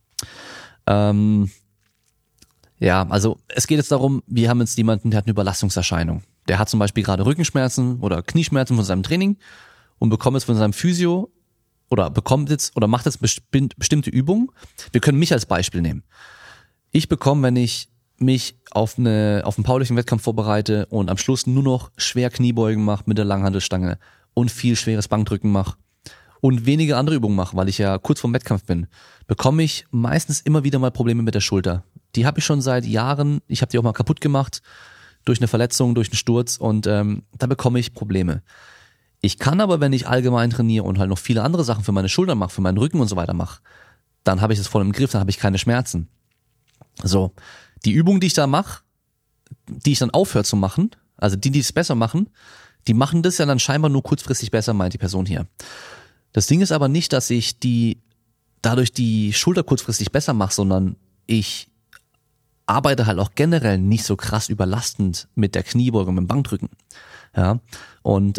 Also es geht jetzt darum, wir haben jetzt jemanden, der hat eine Überlastungserscheinung. Der hat zum Beispiel gerade Rückenschmerzen oder Knieschmerzen von seinem Training und bekommt jetzt von seinem Physio macht jetzt bestimmte Übungen. Wir können mich als Beispiel nehmen. Ich bekomme, wenn ich mich auf einen paulichen Wettkampf vorbereite und am Schluss nur noch schwer Kniebeugen mache mit der Langhantelstange und viel schweres Bankdrücken mache und wenige andere Übungen mache, weil ich ja kurz vorm Wettkampf bin, bekomme ich meistens immer wieder mal Probleme mit der Schulter. Die habe ich schon seit Jahren, ich habe die auch mal kaputt gemacht durch eine Verletzung, durch einen Sturz und da bekomme ich Probleme. Ich kann aber, wenn ich allgemein trainiere und halt noch viele andere Sachen für meine Schultern mache, für meinen Rücken und so weiter mache, dann habe ich das voll im Griff, dann habe ich keine Schmerzen. So, die Übungen, die ich da mache, die ich dann aufhöre zu machen, also die es besser machen, die machen das ja dann scheinbar nur kurzfristig besser, meint die Person hier. Das Ding ist aber nicht, dass ich dadurch die Schulter kurzfristig besser mache, sondern ich arbeite halt auch generell nicht so krass überlastend mit der Kniebeugung, mit dem Bankdrücken. Ja, und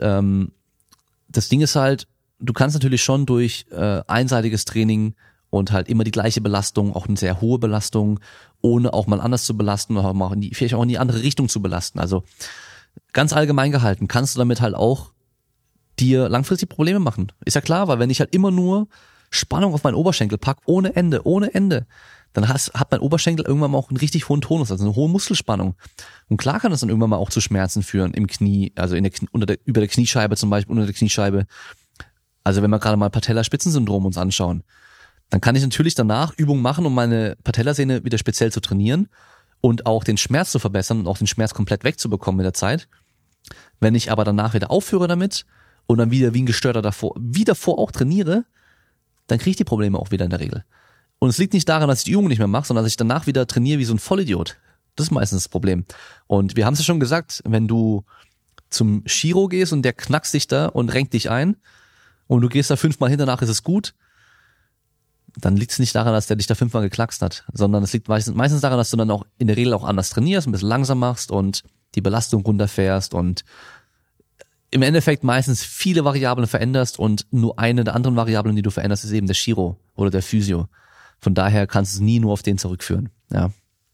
das Ding ist halt, du kannst natürlich schon durch einseitiges Training und halt immer die gleiche Belastung, auch eine sehr hohe Belastung, ohne auch mal anders zu belasten oder vielleicht auch in die andere Richtung zu belasten. Also ganz allgemein gehalten kannst du damit halt auch dir langfristig Probleme machen. Ist ja klar, weil wenn ich halt immer nur Spannung auf meinen Oberschenkel pack, ohne Ende, dann hat mein Oberschenkel irgendwann mal auch einen richtig hohen Tonus, also eine hohe Muskelspannung. Und klar kann das dann irgendwann mal auch zu Schmerzen führen im Knie, also über der Kniescheibe zum Beispiel, unter der Kniescheibe. Also wenn wir gerade mal Patellaspitzensyndrom uns anschauen, dann kann ich natürlich danach Übungen machen, um meine Patellasehne wieder speziell zu trainieren und auch den Schmerz zu verbessern und auch den Schmerz komplett wegzubekommen mit der Zeit. Wenn ich aber danach wieder aufhöre damit und dann wieder wie ein Gestörter wie davor auch trainiere, dann kriege ich die Probleme auch wieder in der Regel. Und es liegt nicht daran, dass ich die Übung nicht mehr mache, sondern dass ich danach wieder trainiere wie so ein Vollidiot. Das ist meistens das Problem. Und wir haben es ja schon gesagt, wenn du zum Chiro gehst und der knackst dich da und renkt dich ein und du gehst da 5-mal hin, danach ist es gut, dann liegt es nicht daran, dass der dich da 5-mal geknackst hat, sondern es liegt meistens daran, dass du dann auch in der Regel auch anders trainierst, ein bisschen langsam machst und die Belastung runterfährst und im Endeffekt meistens viele Variablen veränderst und nur eine der anderen Variablen, die du veränderst, ist eben der Chiro oder der Physio. Von daher kannst du es nie nur auf den zurückführen. Ja.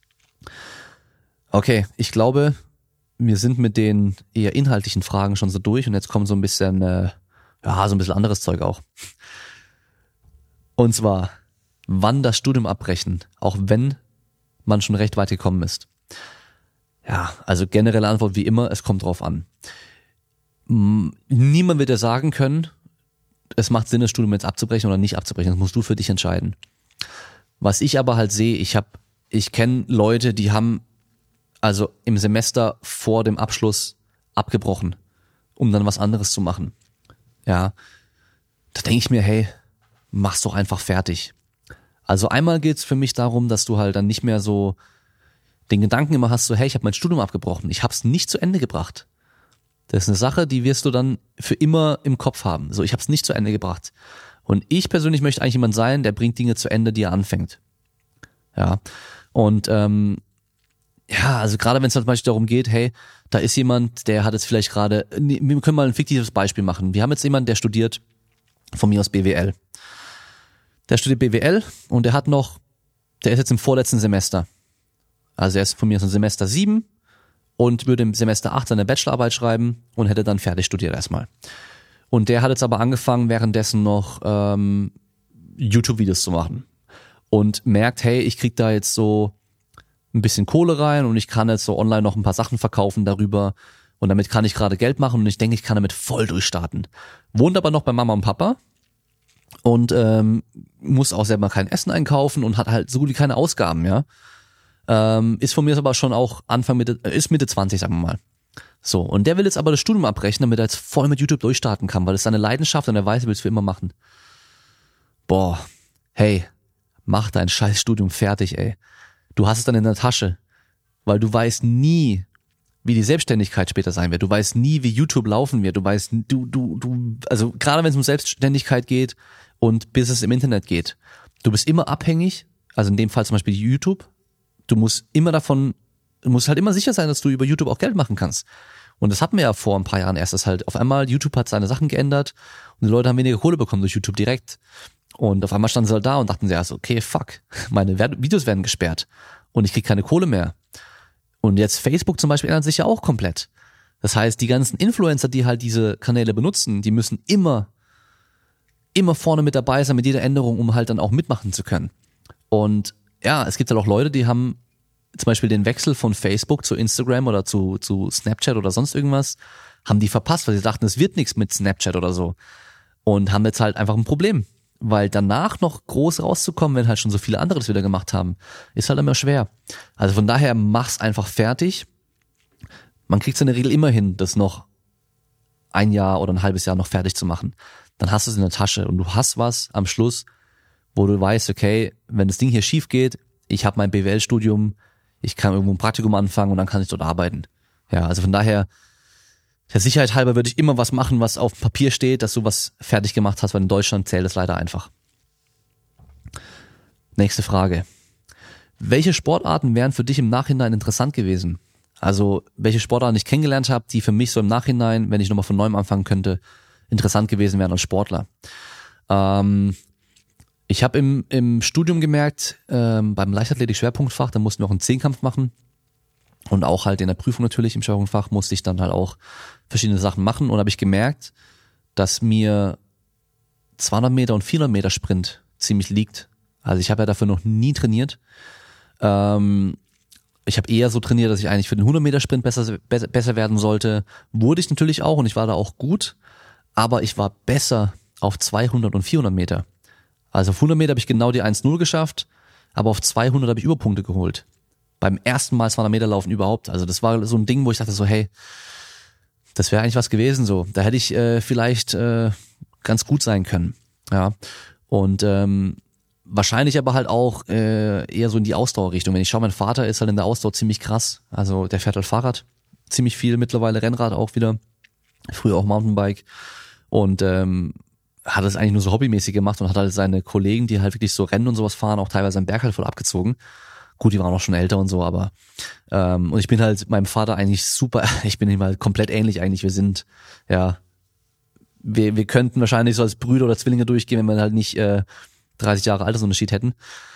Okay, ich glaube, wir sind mit den eher inhaltlichen Fragen schon so durch und jetzt kommt so ein bisschen, so ein bisschen anderes Zeug auch. Und zwar, wann das Studium abbrechen, auch wenn man schon recht weit gekommen ist. Ja, also generelle Antwort wie immer, es kommt drauf an. Niemand wird dir sagen können, es macht Sinn, das Studium jetzt abzubrechen oder nicht abzubrechen. Das musst du für dich entscheiden. Was ich aber halt sehe, ich kenne Leute, die haben also im Semester vor dem Abschluss abgebrochen, um dann was anderes zu machen. Ja, da denke ich mir, hey, mach's doch einfach fertig. Also einmal geht's für mich darum, dass du halt dann nicht mehr so den Gedanken immer hast, so hey, ich habe mein Studium abgebrochen, ich habe es nicht zu Ende gebracht. Das ist eine Sache, die wirst du dann für immer im Kopf haben. So, ich habe es nicht zu Ende gebracht. Und ich persönlich möchte eigentlich jemand sein, der bringt Dinge zu Ende, die er anfängt. Ja, und also gerade wenn es zum Beispiel darum geht, hey, da ist jemand, der hat jetzt vielleicht gerade, wir können mal ein fiktives Beispiel machen. Wir haben jetzt jemanden, der studiert von mir aus BWL. Der studiert BWL und der ist jetzt im vorletzten Semester. Also er ist von mir aus im Semester 7 und würde im Semester 8 seine Bachelorarbeit schreiben und hätte dann fertig studiert erstmal. Und der hat jetzt aber angefangen, währenddessen noch YouTube-Videos zu machen und merkt, hey, ich krieg da jetzt so ein bisschen Kohle rein und ich kann jetzt so online noch ein paar Sachen verkaufen darüber und damit kann ich gerade Geld machen und ich denke, ich kann damit voll durchstarten. Wohnt aber noch bei Mama und Papa und muss auch selber kein Essen einkaufen und hat halt so gut wie keine Ausgaben, ja. Ist von mir aber schon auch Mitte 20, sagen wir mal. So, und der will jetzt aber das Studium abbrechen, damit er jetzt voll mit YouTube durchstarten kann, weil das ist seine Leidenschaft und er weiß, er will es für immer machen. Boah, hey, mach dein scheiß Studium fertig, ey. Du hast es dann in der Tasche, weil du weißt nie, wie die Selbstständigkeit später sein wird. Du weißt nie, wie YouTube laufen wird. Du weißt, also gerade wenn es um Selbstständigkeit geht und Business im Internet geht, du bist immer abhängig, also in dem Fall zum Beispiel YouTube, du musst halt immer sicher sein, dass du über YouTube auch Geld machen kannst. Und das hatten wir ja vor ein paar Jahren erst, dass halt auf einmal YouTube hat seine Sachen geändert und die Leute haben weniger Kohle bekommen durch YouTube direkt. Und auf einmal standen sie halt da und dachten sie, also okay, fuck, meine Videos werden gesperrt und ich krieg keine Kohle mehr. Und jetzt Facebook zum Beispiel ändert sich ja auch komplett. Das heißt, die ganzen Influencer, die halt diese Kanäle benutzen, die müssen immer vorne mit dabei sein mit jeder Änderung, um halt dann auch mitmachen zu können. Und ja, es gibt halt auch Leute, die haben zum Beispiel den Wechsel von Facebook zu Instagram oder zu Snapchat oder sonst irgendwas, haben die verpasst, weil sie dachten, es wird nichts mit Snapchat oder so. Und haben jetzt halt einfach ein Problem. Weil danach noch groß rauszukommen, wenn halt schon so viele andere das wieder gemacht haben, ist halt immer schwer. Also von daher mach's einfach fertig. Man kriegt es in der Regel immer hin, das noch ein Jahr oder ein halbes Jahr noch fertig zu machen. Dann hast du es in der Tasche und du hast was am Schluss, wo du weißt, okay, wenn das Ding hier schief geht, ich habe mein BWL-Studium, ich kann irgendwo ein Praktikum anfangen und dann kann ich dort arbeiten. Ja, also von daher, der Sicherheit halber würde ich immer was machen, was auf dem Papier steht, dass du was fertig gemacht hast, weil in Deutschland zählt es leider einfach. Nächste Frage. Welche Sportarten wären für dich im Nachhinein interessant gewesen? Also welche Sportarten ich kennengelernt habe, die für mich so im Nachhinein, wenn ich nochmal von neuem anfangen könnte, interessant gewesen wären als Sportler. Ich habe im Studium gemerkt, beim Leichtathletik-Schwerpunktfach, da mussten wir auch einen Zehnkampf machen. Und auch halt in der Prüfung natürlich im Schwerpunktfach musste ich dann halt auch verschiedene Sachen machen und habe ich gemerkt, dass mir 200 Meter und 400 Meter Sprint ziemlich liegt. Also ich habe ja dafür noch nie trainiert. Ich habe eher so trainiert, dass ich eigentlich für den 100 Meter Sprint besser werden sollte. Wurde ich natürlich auch und ich war da auch gut, aber ich war besser auf 200 und 400 Meter. Also auf 100 Meter habe ich genau die 1:0 geschafft, aber auf 200 habe ich Überpunkte geholt. Beim ersten Mal 200 Meter laufen überhaupt. Also das war so ein Ding, wo ich dachte so, hey, das wäre eigentlich was gewesen so. Da hätte ich vielleicht ganz gut sein können. Ja. Und wahrscheinlich aber halt auch eher so in die Ausdauerrichtung. Wenn ich schaue, mein Vater ist halt in der Ausdauer ziemlich krass. Also der fährt halt Fahrrad, ziemlich viel mittlerweile, Rennrad auch wieder. Früher auch Mountainbike. Und hat es eigentlich nur so hobbymäßig gemacht und hat halt seine Kollegen, die halt wirklich so Rennen und sowas fahren, auch teilweise am Berg halt voll abgezogen. Gut, die waren auch schon älter und so, aber und ich bin halt meinem Vater eigentlich super, ich bin ihm halt komplett ähnlich eigentlich. Wir könnten wahrscheinlich so als Brüder oder Zwillinge durchgehen, wenn wir halt nicht 30 Jahre Altersunterschied hätten.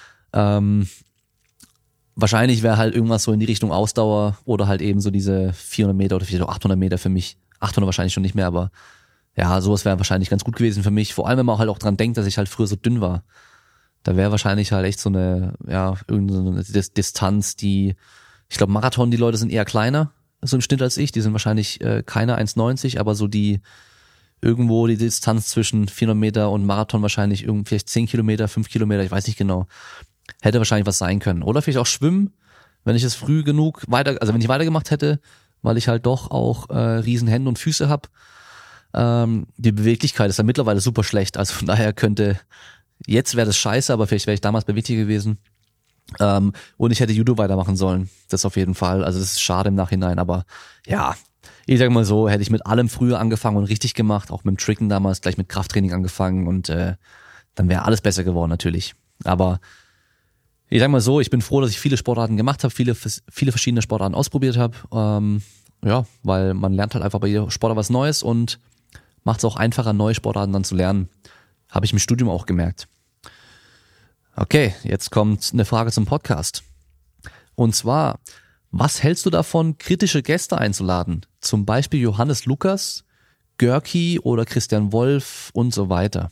Wahrscheinlich wäre halt irgendwas so in die Richtung Ausdauer oder halt eben so diese 400 Meter oder vielleicht auch 800 Meter für mich. 800 wahrscheinlich schon nicht mehr, aber ja, sowas wäre wahrscheinlich ganz gut gewesen für mich. Vor allem, wenn man halt auch dran denkt, dass ich halt früher so dünn war. Da wäre wahrscheinlich halt echt so eine, irgendeine Distanz, die, ich glaube Marathon, die Leute sind eher kleiner, so im Schnitt als ich. Die sind wahrscheinlich keine 1,90, aber so die Distanz zwischen 400 Meter und Marathon wahrscheinlich irgendwie vielleicht 10 Kilometer, 5 Kilometer, ich weiß nicht genau. Hätte wahrscheinlich was sein können. Oder vielleicht auch Schwimmen, wenn ich es früh genug wenn ich weitergemacht hätte, weil ich halt doch auch riesen Hände und Füße habe. Die Beweglichkeit ist ja mittlerweile super schlecht, also von daher jetzt wäre das scheiße, aber vielleicht wäre ich damals beweglicher gewesen. Und ich hätte Judo weitermachen sollen, das auf jeden Fall, also das ist schade im Nachhinein, aber ja, ich sag mal so, hätte ich mit allem früher angefangen und richtig gemacht, auch mit dem Tricken damals, gleich mit Krafttraining angefangen und dann wäre alles besser geworden natürlich, aber ich sag mal so, ich bin froh, dass ich viele Sportarten gemacht habe, viele verschiedene Sportarten ausprobiert habe, weil man lernt halt einfach bei jeder Sportart was Neues und macht es auch einfacher, neue Sportarten dann zu lernen. Habe ich im Studium auch gemerkt. Okay, jetzt kommt eine Frage zum Podcast. Und zwar, was hältst du davon, kritische Gäste einzuladen? Zum Beispiel Johannes Lukas, Görki oder Christian Wolf und so weiter.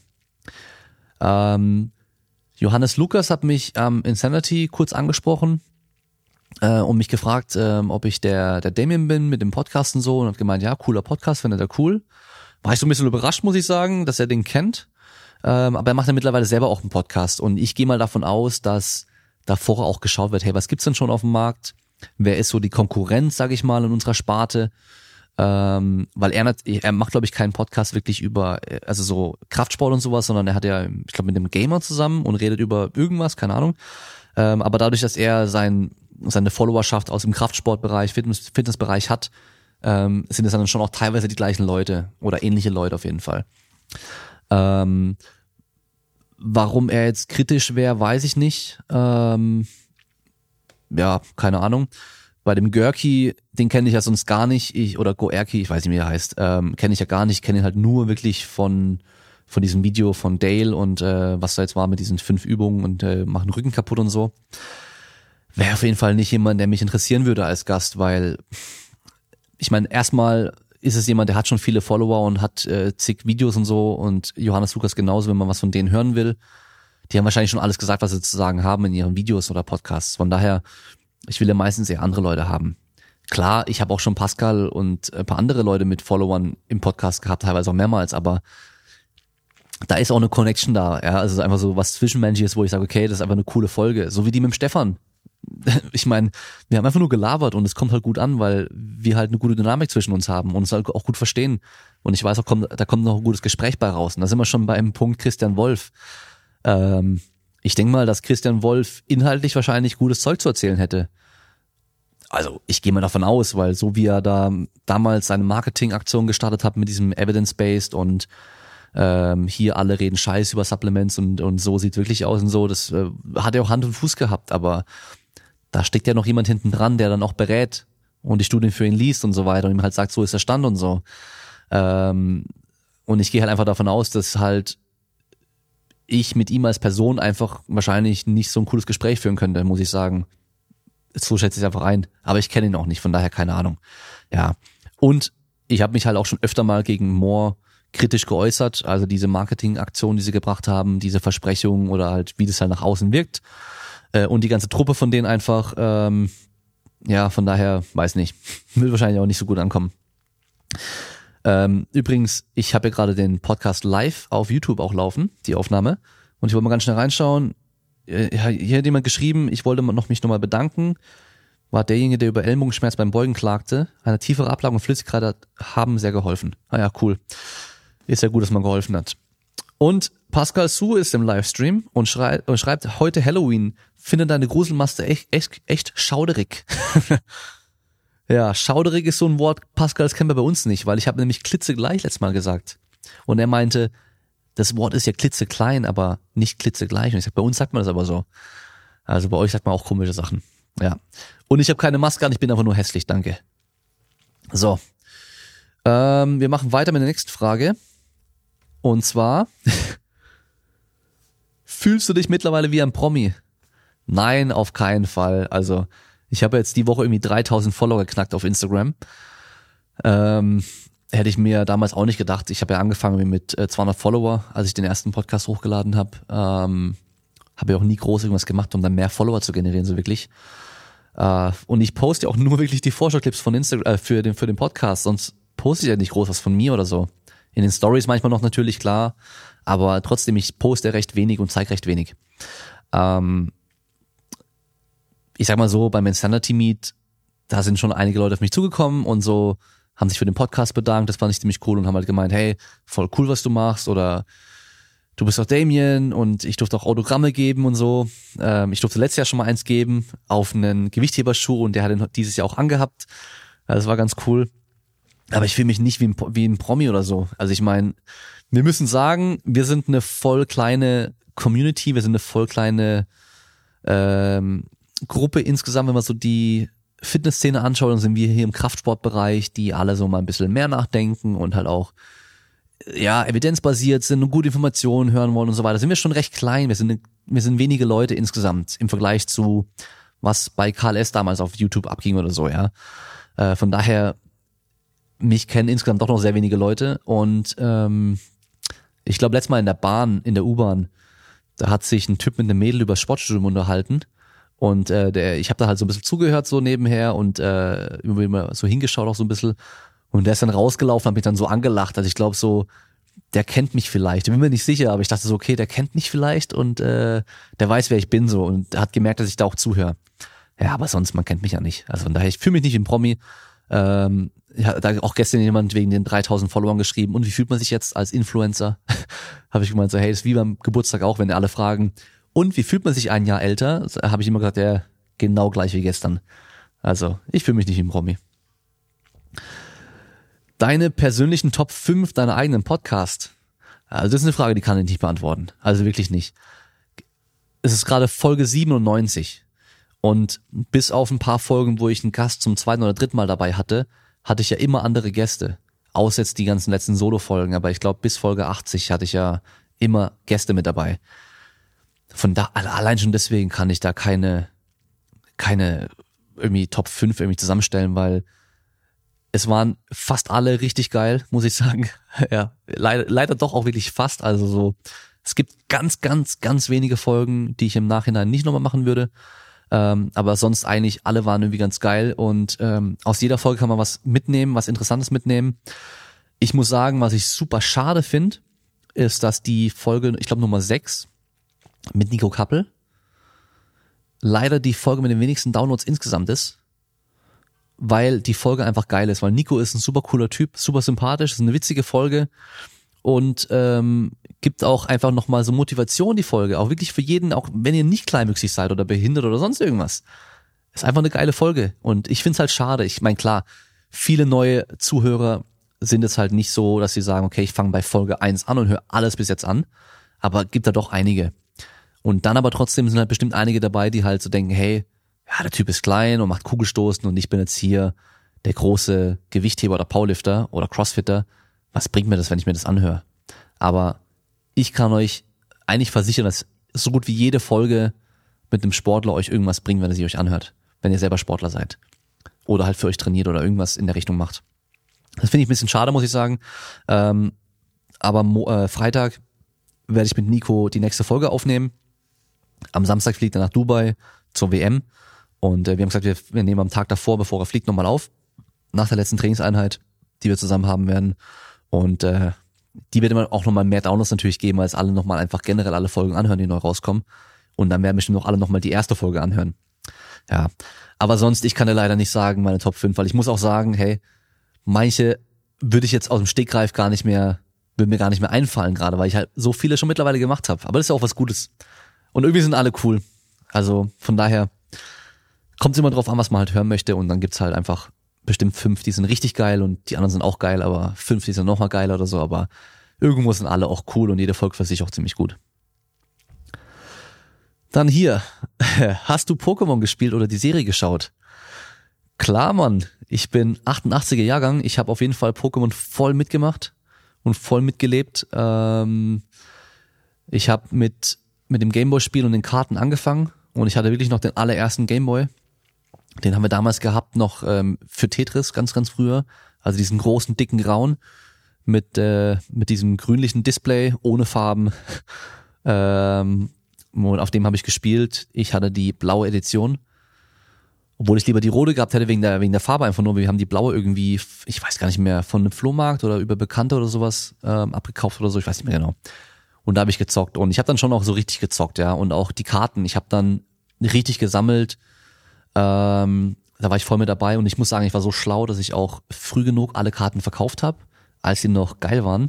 Johannes Lukas hat mich am Insanity kurz angesprochen und mich gefragt, ob ich der Damien bin mit dem Podcast und so, und hat gemeint, ja, cooler Podcast, findet er cool. War ich so ein bisschen überrascht, muss ich sagen, dass er den kennt. Aber er macht ja mittlerweile selber auch einen Podcast. Und ich gehe mal davon aus, dass davor auch geschaut wird, hey, was gibt's denn schon auf dem Markt? Wer ist so die Konkurrenz, sage ich mal, in unserer Sparte? Weil er macht, glaube ich, keinen Podcast wirklich über, also so Kraftsport und sowas, sondern er hat ja, ich glaube, mit einem Gamer zusammen und redet über irgendwas, keine Ahnung. Aber dadurch, dass er seine Followerschaft aus dem Kraftsportbereich, Fitnessbereich hat, sind es dann schon auch teilweise die gleichen Leute oder ähnliche Leute auf jeden Fall. Warum er jetzt kritisch wäre, weiß ich nicht. Keine Ahnung. Bei dem Görki, den kenne ich ja sonst gar nicht, oder Goerki, ich weiß nicht, wie er heißt, kenne ich ja gar nicht, kenne ihn halt nur wirklich von diesem Video von Dale und was da jetzt war mit diesen 5 Übungen und machen Rücken kaputt und so. Wäre auf jeden Fall nicht jemand, der mich interessieren würde als Gast, weil ich meine, erstmal ist es jemand, der hat schon viele Follower und hat zig Videos und so, und Johannes Lukas genauso, wenn man was von denen hören will. Die haben wahrscheinlich schon alles gesagt, was sie zu sagen haben in ihren Videos oder Podcasts. Von daher, ich will ja meistens eher andere Leute haben. Klar, ich habe auch schon Pascal und ein paar andere Leute mit Followern im Podcast gehabt, teilweise auch mehrmals, aber da ist auch eine Connection da. Ja, also einfach so was Zwischenmenschliches, wo ich sage, okay, das ist einfach eine coole Folge. So wie die mit dem Stefan. Ich meine, wir haben einfach nur gelabert und es kommt halt gut an, weil wir halt eine gute Dynamik zwischen uns haben und uns halt auch gut verstehen. Und ich weiß auch, da kommt noch ein gutes Gespräch bei raus. Und da sind wir schon beim Punkt Christian Wolf. Ich denke mal, dass Christian Wolf inhaltlich wahrscheinlich gutes Zeug zu erzählen hätte. Also ich gehe mal davon aus, weil so wie er da damals seine Marketingaktion gestartet hat mit diesem Evidence-Based und hier alle reden Scheiß über Supplements und so sieht wirklich aus und so, das hat ja auch Hand und Fuß gehabt, aber da steckt ja noch jemand hinten dran, der dann auch berät und die Studien für ihn liest und so weiter und ihm halt sagt, so ist der Stand und so. Und ich gehe halt einfach davon aus, dass halt ich mit ihm als Person einfach wahrscheinlich nicht so ein cooles Gespräch führen könnte, muss ich sagen. So schätze ich es einfach ein. Aber ich kenne ihn auch nicht, von daher keine Ahnung. Ja. Und ich habe mich halt auch schon öfter mal gegen More kritisch geäußert, also diese Marketingaktion, die sie gebracht haben, diese Versprechungen oder halt, wie das halt nach außen wirkt. Und die ganze Truppe von denen einfach, von daher, weiß nicht, will wahrscheinlich auch nicht so gut ankommen. Übrigens, ich habe ja gerade den Podcast live auf YouTube auch laufen, die Aufnahme, und ich wollte mal ganz schnell reinschauen. Hier hat jemand geschrieben, ich wollte mich nochmal bedanken, war derjenige, der über Ellbogenschmerz beim Beugen klagte. Eine tiefere Ablagerung und Flüssigkeit haben sehr geholfen. Ah ja, cool. Ist ja gut, dass man geholfen hat. Und Pascal Su ist im Livestream und schreibt, heute Halloween, finde deine Gruselmaske echt schauderig. Ja, schauderig ist so ein Wort, Pascal, das kennen wir bei uns nicht, weil ich habe nämlich klitzegleich letztes Mal gesagt. Und er meinte, das Wort ist ja klitzeklein, aber nicht klitzegleich. Und ich sag, bei uns sagt man das aber so. Also bei euch sagt man auch komische Sachen. Ja. Und ich habe keine Maske an, ich bin einfach nur hässlich, danke. So. Wir machen weiter mit der nächsten Frage. Und zwar, fühlst du dich mittlerweile wie ein Promi? Nein, auf keinen Fall. Also ich habe jetzt die Woche irgendwie 3000 Follower geknackt auf Instagram. Hätte ich mir damals auch nicht gedacht. Ich habe ja angefangen mit 200 Follower, als ich den ersten Podcast hochgeladen habe. Habe ja auch nie groß irgendwas gemacht, um dann mehr Follower zu generieren, so wirklich. Und ich poste ja auch nur wirklich die Vorschau-Clips von Instagram für den Podcast, sonst poste ich ja nicht groß was von mir oder so. In den Stories manchmal noch natürlich, klar, aber trotzdem, ich poste recht wenig und zeige recht wenig. Ich sag mal so, beim Insanity Meet, da sind schon einige Leute auf mich zugekommen und so haben sich für den Podcast bedankt, das fand ich ziemlich cool und haben halt gemeint, hey, voll cool, was du machst oder du bist doch Damien und ich durfte auch Autogramme geben und so. Ich durfte letztes Jahr schon mal eins geben auf einen Gewichtheberschuh und der hat den dieses Jahr auch angehabt. Das war ganz cool. Aber ich fühle mich nicht wie ein Promi oder so. Also ich meine, wir müssen sagen, wir sind eine voll kleine Community, wir sind eine voll kleine Gruppe insgesamt, wenn man so die Fitnessszene anschaut, dann sind wir hier im Kraftsportbereich, die alle so mal ein bisschen mehr nachdenken und halt auch evidenzbasiert sind und gute Informationen hören wollen und so weiter. Sind wir schon recht klein, wir sind wenige Leute insgesamt im Vergleich zu was bei KLS damals auf YouTube abging oder so, ja. Von daher, mich kennen insgesamt doch noch sehr wenige Leute und ich glaube letztes Mal in der U-Bahn, da hat sich ein Typ mit einem Mädel über das Sportstudium unterhalten und ich habe da halt so ein bisschen zugehört so nebenher und immer so hingeschaut auch so ein bisschen und der ist dann rausgelaufen, hat mich dann so angelacht, also ich glaube so, der kennt mich vielleicht, ich bin mir nicht sicher, aber ich dachte so, okay, der kennt mich vielleicht und der weiß, wer ich bin so und hat gemerkt, dass ich da auch zuhöre. Ja, aber sonst, man kennt mich ja nicht, also von daher, ich fühle mich nicht wie ein Promi. Ja, da auch gestern jemand wegen den 3000 Followern geschrieben, und wie fühlt man sich jetzt als Influencer? Habe ich gemeint so, hey, das ist wie beim Geburtstag auch, wenn alle fragen, und wie fühlt man sich ein Jahr älter? Habe ich immer gesagt, ja, genau gleich wie gestern. Also, ich fühle mich nicht wie ein Promi. Deine persönlichen Top 5 deiner eigenen Podcast? Also das ist eine Frage, die kann ich nicht beantworten. Also wirklich nicht. Es ist gerade Folge 97. Und bis auf ein paar Folgen, wo ich einen Gast zum zweiten oder dritten Mal dabei hatte, hatte ich ja immer andere Gäste. Außer jetzt die ganzen letzten Solo-Folgen. Aber ich glaube, bis Folge 80 hatte ich ja immer Gäste mit dabei. Von da, allein schon deswegen kann ich da keine irgendwie Top 5 irgendwie zusammenstellen, weil es waren fast alle richtig geil, muss ich sagen. Ja, leider doch auch wirklich fast. Also so, es gibt ganz, ganz, ganz wenige Folgen, die ich im Nachhinein nicht nochmal machen würde. Aber sonst eigentlich alle waren irgendwie ganz geil und aus jeder Folge kann man was mitnehmen, was Interessantes mitnehmen. Ich muss sagen, was ich super schade finde, ist, dass die Folge, ich glaube Nummer 6 mit Nico Kappel leider die Folge mit den wenigsten Downloads insgesamt ist, weil die Folge einfach geil ist, weil Nico ist ein super cooler Typ, super sympathisch, ist eine witzige Folge und gibt auch einfach nochmal so Motivation, die Folge, auch wirklich für jeden, auch wenn ihr nicht kleinwüchsig seid oder behindert oder sonst irgendwas. Ist einfach eine geile Folge und ich find's halt schade. Ich meine, klar, viele neue Zuhörer sind es halt nicht so, dass sie sagen, okay, ich fange bei Folge 1 an und höre alles bis jetzt an, aber gibt da doch einige. Und dann aber trotzdem sind halt bestimmt einige dabei, die halt so denken, hey, ja, der Typ ist klein und macht Kugelstoßen und ich bin jetzt hier der große Gewichtheber oder Powerlifter oder Crossfitter. Was bringt mir das, wenn ich mir das anhöre? Aber ich kann euch eigentlich versichern, dass so gut wie jede Folge mit einem Sportler euch irgendwas bringt, wenn er sie euch anhört. Wenn ihr selber Sportler seid. Oder halt für euch trainiert oder irgendwas in der Richtung macht. Das finde ich ein bisschen schade, muss ich sagen. Aber Freitag werde ich mit Nico die nächste Folge aufnehmen. Am Samstag fliegt er nach Dubai zur WM. Und wir haben gesagt, wir nehmen am Tag davor, bevor er fliegt, nochmal auf. Nach der letzten Trainingseinheit, die wir zusammen haben werden. Und die wird immer auch nochmal mehr Downloads natürlich geben, als alle nochmal einfach generell alle Folgen anhören, die neu rauskommen. Und dann werden bestimmt auch alle nochmal die erste Folge anhören. Ja, aber sonst, ich kann dir leider nicht sagen, meine Top 5, weil ich muss auch sagen, hey, manche würde ich jetzt aus dem Stegreif würde mir gar nicht mehr einfallen gerade, weil ich halt so viele schon mittlerweile gemacht habe. Aber das ist ja auch was Gutes. Und irgendwie sind alle cool. Also von daher kommt es immer drauf an, was man halt hören möchte und dann gibt's halt einfach bestimmt 5, die sind richtig geil und die anderen sind auch geil, aber 5, die sind nochmal geiler oder so, aber irgendwo sind alle auch cool und jede Folge für sich auch ziemlich gut. Dann hier, hast du Pokémon gespielt oder die Serie geschaut? Klar, Mann, ich bin 88er Jahrgang, ich habe auf jeden Fall Pokémon voll mitgemacht und voll mitgelebt. Ich habe mit dem Gameboy-Spiel und den Karten angefangen und ich hatte wirklich noch den allerersten Gameboy. Den haben wir damals gehabt noch für Tetris, ganz, ganz früher. Also diesen großen, dicken Grauen mit diesem grünlichen Display, ohne Farben. Und auf dem habe ich gespielt. Ich hatte die blaue Edition. Obwohl ich lieber die rote gehabt hätte wegen der Farbe einfach nur. Wir haben die blaue irgendwie, ich weiß gar nicht mehr, von einem Flohmarkt oder über Bekannte oder sowas abgekauft oder so. Ich weiß nicht mehr genau. Und da habe ich gezockt. Und ich habe dann schon auch so richtig gezockt, ja. Und auch die Karten. Ich habe dann richtig gesammelt. Da war ich voll mit dabei. Und ich muss sagen, ich war so schlau, dass ich auch früh genug alle Karten verkauft habe, als sie noch geil waren.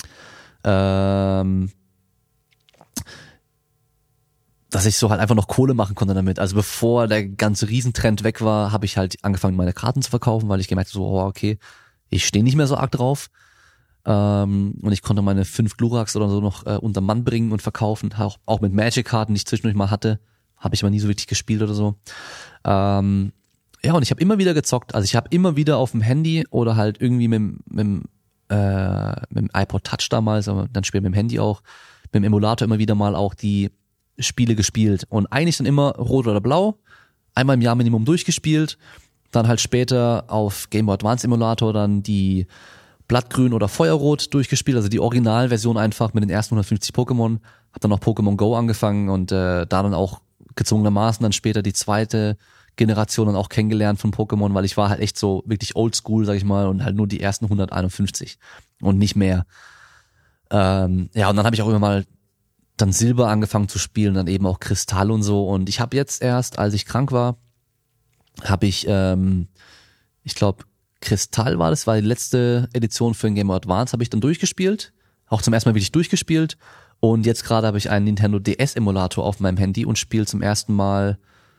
Dass ich so halt einfach noch Kohle machen konnte damit. Also bevor der ganze Riesentrend weg war, habe ich halt angefangen, meine Karten zu verkaufen, weil ich gemerkt habe, so, oh, okay, ich stehe nicht mehr so arg drauf. Und ich konnte meine 5 Gluraks oder so noch unter Mann bringen und verkaufen. Auch mit Magic-Karten, die ich zwischendurch mal hatte, habe ich aber nie so wirklich gespielt oder so. Ja, und ich habe immer wieder gezockt. Also ich habe immer wieder auf dem Handy oder halt irgendwie mit dem iPod Touch damals, aber dann später mit dem Handy auch, mit dem Emulator immer wieder mal auch die Spiele gespielt und eigentlich dann immer rot oder blau, einmal im Jahr Minimum durchgespielt, dann halt später auf Game Boy Advance Emulator dann die Blattgrün oder Feuerrot durchgespielt, also die Originalversion einfach mit den ersten 150 Pokémon, hab dann noch Pokémon Go angefangen und da dann auch gezwungenermaßen dann später die zweite Generation dann auch kennengelernt von Pokémon, weil ich war halt echt so wirklich oldschool, sag ich mal, und halt nur die ersten 151 und nicht mehr. Ja, und dann habe ich auch immer mal dann Silber angefangen zu spielen, dann eben auch Kristall und so. Und ich habe jetzt erst, als ich krank war, habe ich glaube, Kristall war die letzte Edition für den Game Boy Advance, habe ich dann durchgespielt. Auch zum ersten Mal wirklich durchgespielt. Und jetzt gerade habe ich einen Nintendo DS Emulator auf meinem Handy und spiele zum ersten Mal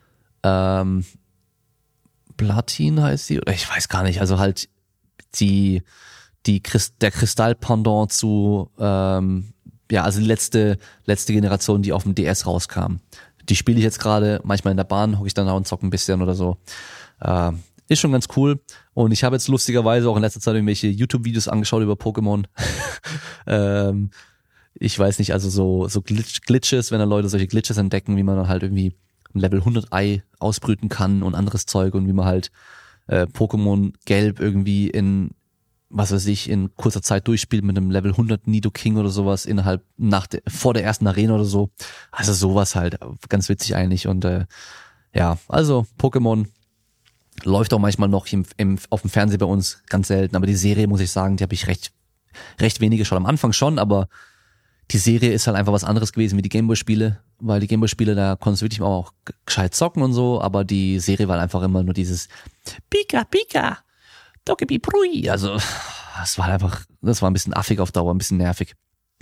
Platin heißt sie, oder ich weiß gar nicht, also halt der Kristall-Pendant zu ja, also die letzte Generation, die auf dem DS rauskam. Die spiele ich jetzt gerade, manchmal in der Bahn, hocke ich dann da und zocke ein bisschen oder so. Ist schon ganz cool. Und ich habe jetzt lustigerweise auch in letzter Zeit irgendwelche YouTube-Videos angeschaut über Pokémon. Ich weiß nicht, also so Glitches, wenn da Leute solche Glitches entdecken, wie man dann halt irgendwie ein Level 100 Ei ausbrüten kann und anderes Zeug und wie man halt Pokémon Gelb irgendwie in kurzer Zeit durchspielt mit einem Level 100 Nidoking oder sowas vor der ersten Arena oder so. Also sowas halt, ganz witzig eigentlich. Und ja, also Pokémon läuft auch manchmal noch auf dem Fernseher bei uns, ganz selten. Aber die Serie, muss ich sagen, die habe ich recht wenig geschaut. Am Anfang schon, aber die Serie ist halt einfach was anderes gewesen wie die Gameboy-Spiele, weil die Gameboy-Spiele, da konntest du wirklich auch gescheit zocken und so, aber die Serie war einfach immer nur dieses Pika, Pika, Dokebi Prui. Also, das war ein bisschen affig auf Dauer, ein bisschen nervig.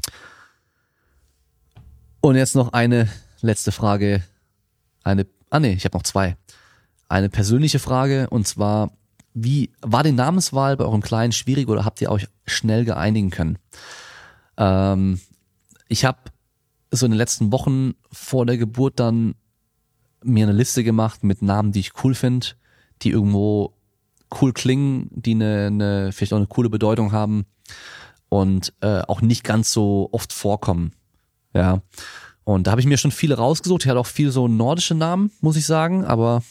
Und jetzt noch eine letzte Frage. Ich habe noch 2. Eine persönliche Frage, und zwar, wie war die Namenswahl bei eurem Kleinen schwierig oder habt ihr euch schnell geeinigen können? Ich habe so in den letzten Wochen vor der Geburt dann mir eine Liste gemacht mit Namen, die ich cool finde, die irgendwo cool klingen, die vielleicht auch eine coole Bedeutung haben und auch nicht ganz so oft vorkommen. Ja. Und da habe ich mir schon viele rausgesucht. Ich hatte auch viel so nordische Namen, muss ich sagen, aber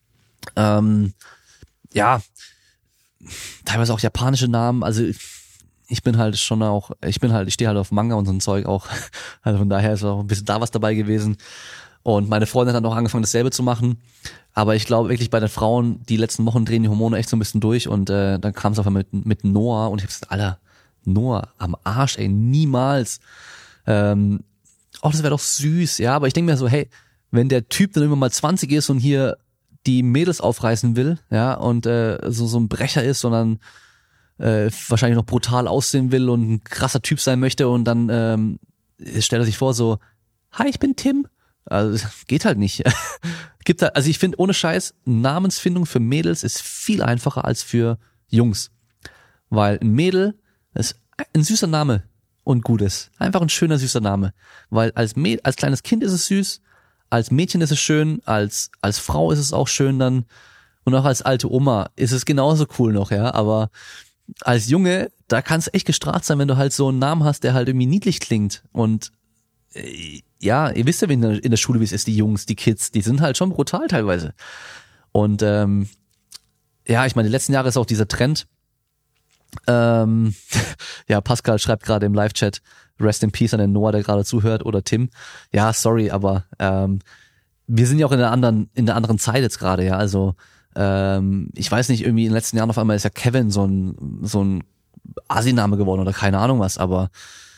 ja, teilweise auch japanische Namen. Also ich stehe halt auf Manga und so ein Zeug auch. Also von daher ist auch ein bisschen da was dabei gewesen. Und meine Freundin hat auch angefangen, dasselbe zu machen. Aber ich glaube wirklich bei den Frauen, die letzten Wochen drehen die Hormone echt so ein bisschen durch. Und dann kam es auf einmal mit Noah. Und ich habe gesagt, Alter, Noah, am Arsch, ey, niemals. Das wäre doch süß. Ja, aber ich denke mir so, hey, wenn der Typ dann immer mal 20 ist und hier die Mädels aufreißen will, ja, und so ein Brecher ist, sondern wahrscheinlich noch brutal aussehen will und ein krasser Typ sein möchte und dann stellt er sich vor so, hi, ich bin Tim. Also geht halt nicht. Also ich finde, ohne Scheiß, Namensfindung für Mädels ist viel einfacher als für Jungs. Weil ein Mädel ist ein süßer Name und gut ist. Einfach ein schöner, süßer Name. Weil als kleines Kind ist es süß, als Mädchen ist es schön, als Frau ist es auch schön dann und auch als alte Oma ist es genauso cool noch, ja. Aber als Junge, da kann es echt gestraft sein, wenn du halt so einen Namen hast, der halt irgendwie niedlich klingt. Und ja, ihr wisst ja in der Schule, wie es ist, die Jungs, die Kids, die sind halt schon brutal teilweise. Und ja, ich meine, die letzten Jahre ist auch dieser Trend. Ja, Pascal schreibt gerade im Live-Chat, Rest in Peace an den Noah, der gerade zuhört, oder Tim. Ja, sorry, aber wir sind ja auch in der anderen Zeit jetzt gerade, ja. Also ich weiß nicht, irgendwie in den letzten Jahren auf einmal ist ja Kevin so ein Asi-Name geworden oder keine Ahnung was, aber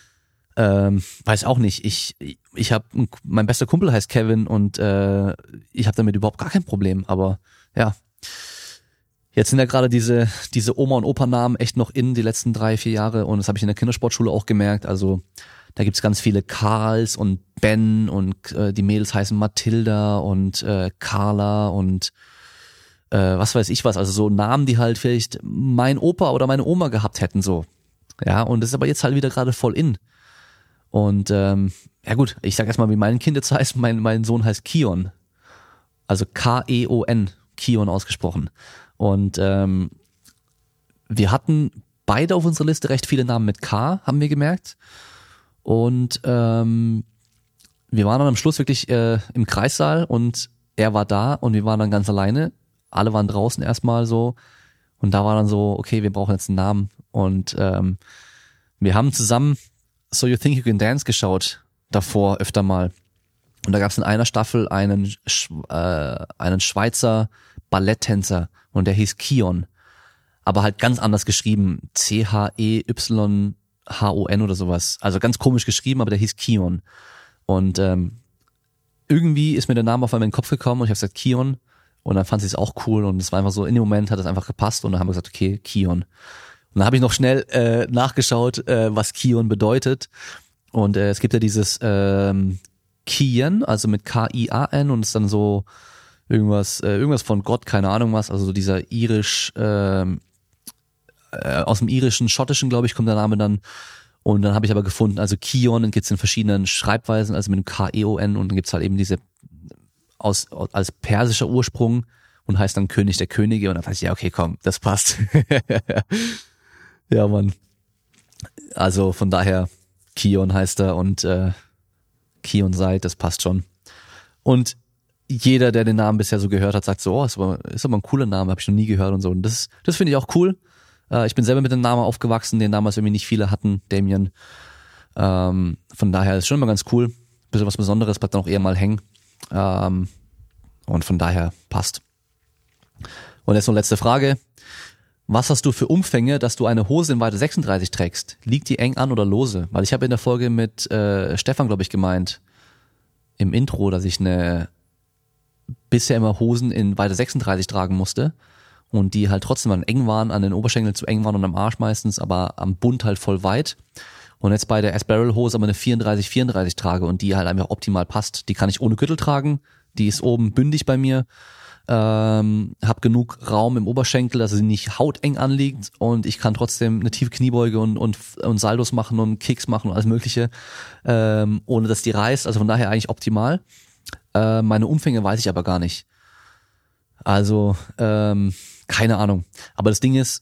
weiß auch nicht. Ich habe mein bester Kumpel heißt Kevin und ich habe damit überhaupt gar kein Problem, aber ja. Jetzt sind ja gerade diese Oma- und Opa-Namen echt noch in die letzten 3-4 Jahre und das habe ich in der Kindersportschule auch gemerkt. Also da gibt's ganz viele Karls und Ben und die Mädels heißen Mathilda und Carla und was weiß ich was. Also so Namen, die halt vielleicht mein Opa oder meine Oma gehabt hätten so. Ja, und das ist aber jetzt halt wieder gerade voll in. Und ja gut, ich sag erstmal, wie mein Kind jetzt heißt. Mein Sohn heißt Kion. Also K-E-O-N. Kion ausgesprochen. Und wir hatten beide auf unserer Liste recht viele Namen mit K, haben wir gemerkt. Und wir waren dann am Schluss wirklich im Kreissaal und er war da und wir waren dann ganz alleine. Alle waren draußen erstmal so. Und da war dann so, okay, wir brauchen jetzt einen Namen. Und wir haben zusammen So You Think You Can Dance geschaut, davor öfter mal. Und da gab es in einer Staffel einen Schweizer Balletttänzer und der hieß Kion, aber halt ganz anders geschrieben, C-H-E-Y-H-O-N oder sowas. Also ganz komisch geschrieben, aber der hieß Kion. Und irgendwie ist mir der Name auf einmal in den Kopf gekommen und ich habe gesagt Kion und dann fand sie es auch cool und es war einfach so, in dem Moment hat es einfach gepasst und dann haben wir gesagt, okay, Kion. Und dann habe ich noch schnell nachgeschaut, was Kion bedeutet und es gibt ja dieses Kian, also mit K-I-A-N und es ist dann so irgendwas von Gott, keine Ahnung was, also so dieser aus dem irischen, schottischen, glaube ich, kommt der Name dann. Und dann habe ich aber gefunden, also Kion, den gibt's in verschiedenen Schreibweisen, also mit dem K-E-O-N und dann gibt's halt eben diese als persischer Ursprung und heißt dann König der Könige und dann dachte ich, ja, okay, komm, das passt. Ja, Mann. Also von daher, Kion heißt er und Kion Seid, das passt schon. Und jeder, der den Namen bisher so gehört hat, sagt so, oh, ist aber ein cooler Name, habe ich noch nie gehört und so. Und das finde ich auch cool. Ich bin selber mit dem Namen aufgewachsen, den damals irgendwie nicht viele hatten, Damien. Von daher ist schon immer ganz cool. Bisschen was Besonderes, bleibt dann auch eher mal hängen. Und von daher passt. Und jetzt noch letzte Frage. Was hast du für Umfänge, dass du eine Hose in Weite 36 trägst? Liegt die eng an oder lose? Weil ich habe in der Folge mit Stefan, glaube ich, gemeint, im Intro, dass ich bisher immer Hosen in Weite 36 tragen musste und die halt trotzdem dann eng waren, an den Oberschenkeln zu eng waren und am Arsch meistens, aber am Bund halt voll weit. Und jetzt bei der Asparrel-Hose aber eine 34 trage und die halt einfach optimal passt. Die kann ich ohne Gürtel tragen, die ist oben bündig bei mir, hab genug Raum im Oberschenkel, dass sie nicht hauteng anliegt und ich kann trotzdem eine tiefe Kniebeuge und Saldos machen und Kicks machen und alles mögliche, ohne dass die reißt, also von daher eigentlich optimal. Meine Umfänge weiß ich aber gar nicht. Also, keine Ahnung. Aber das Ding ist,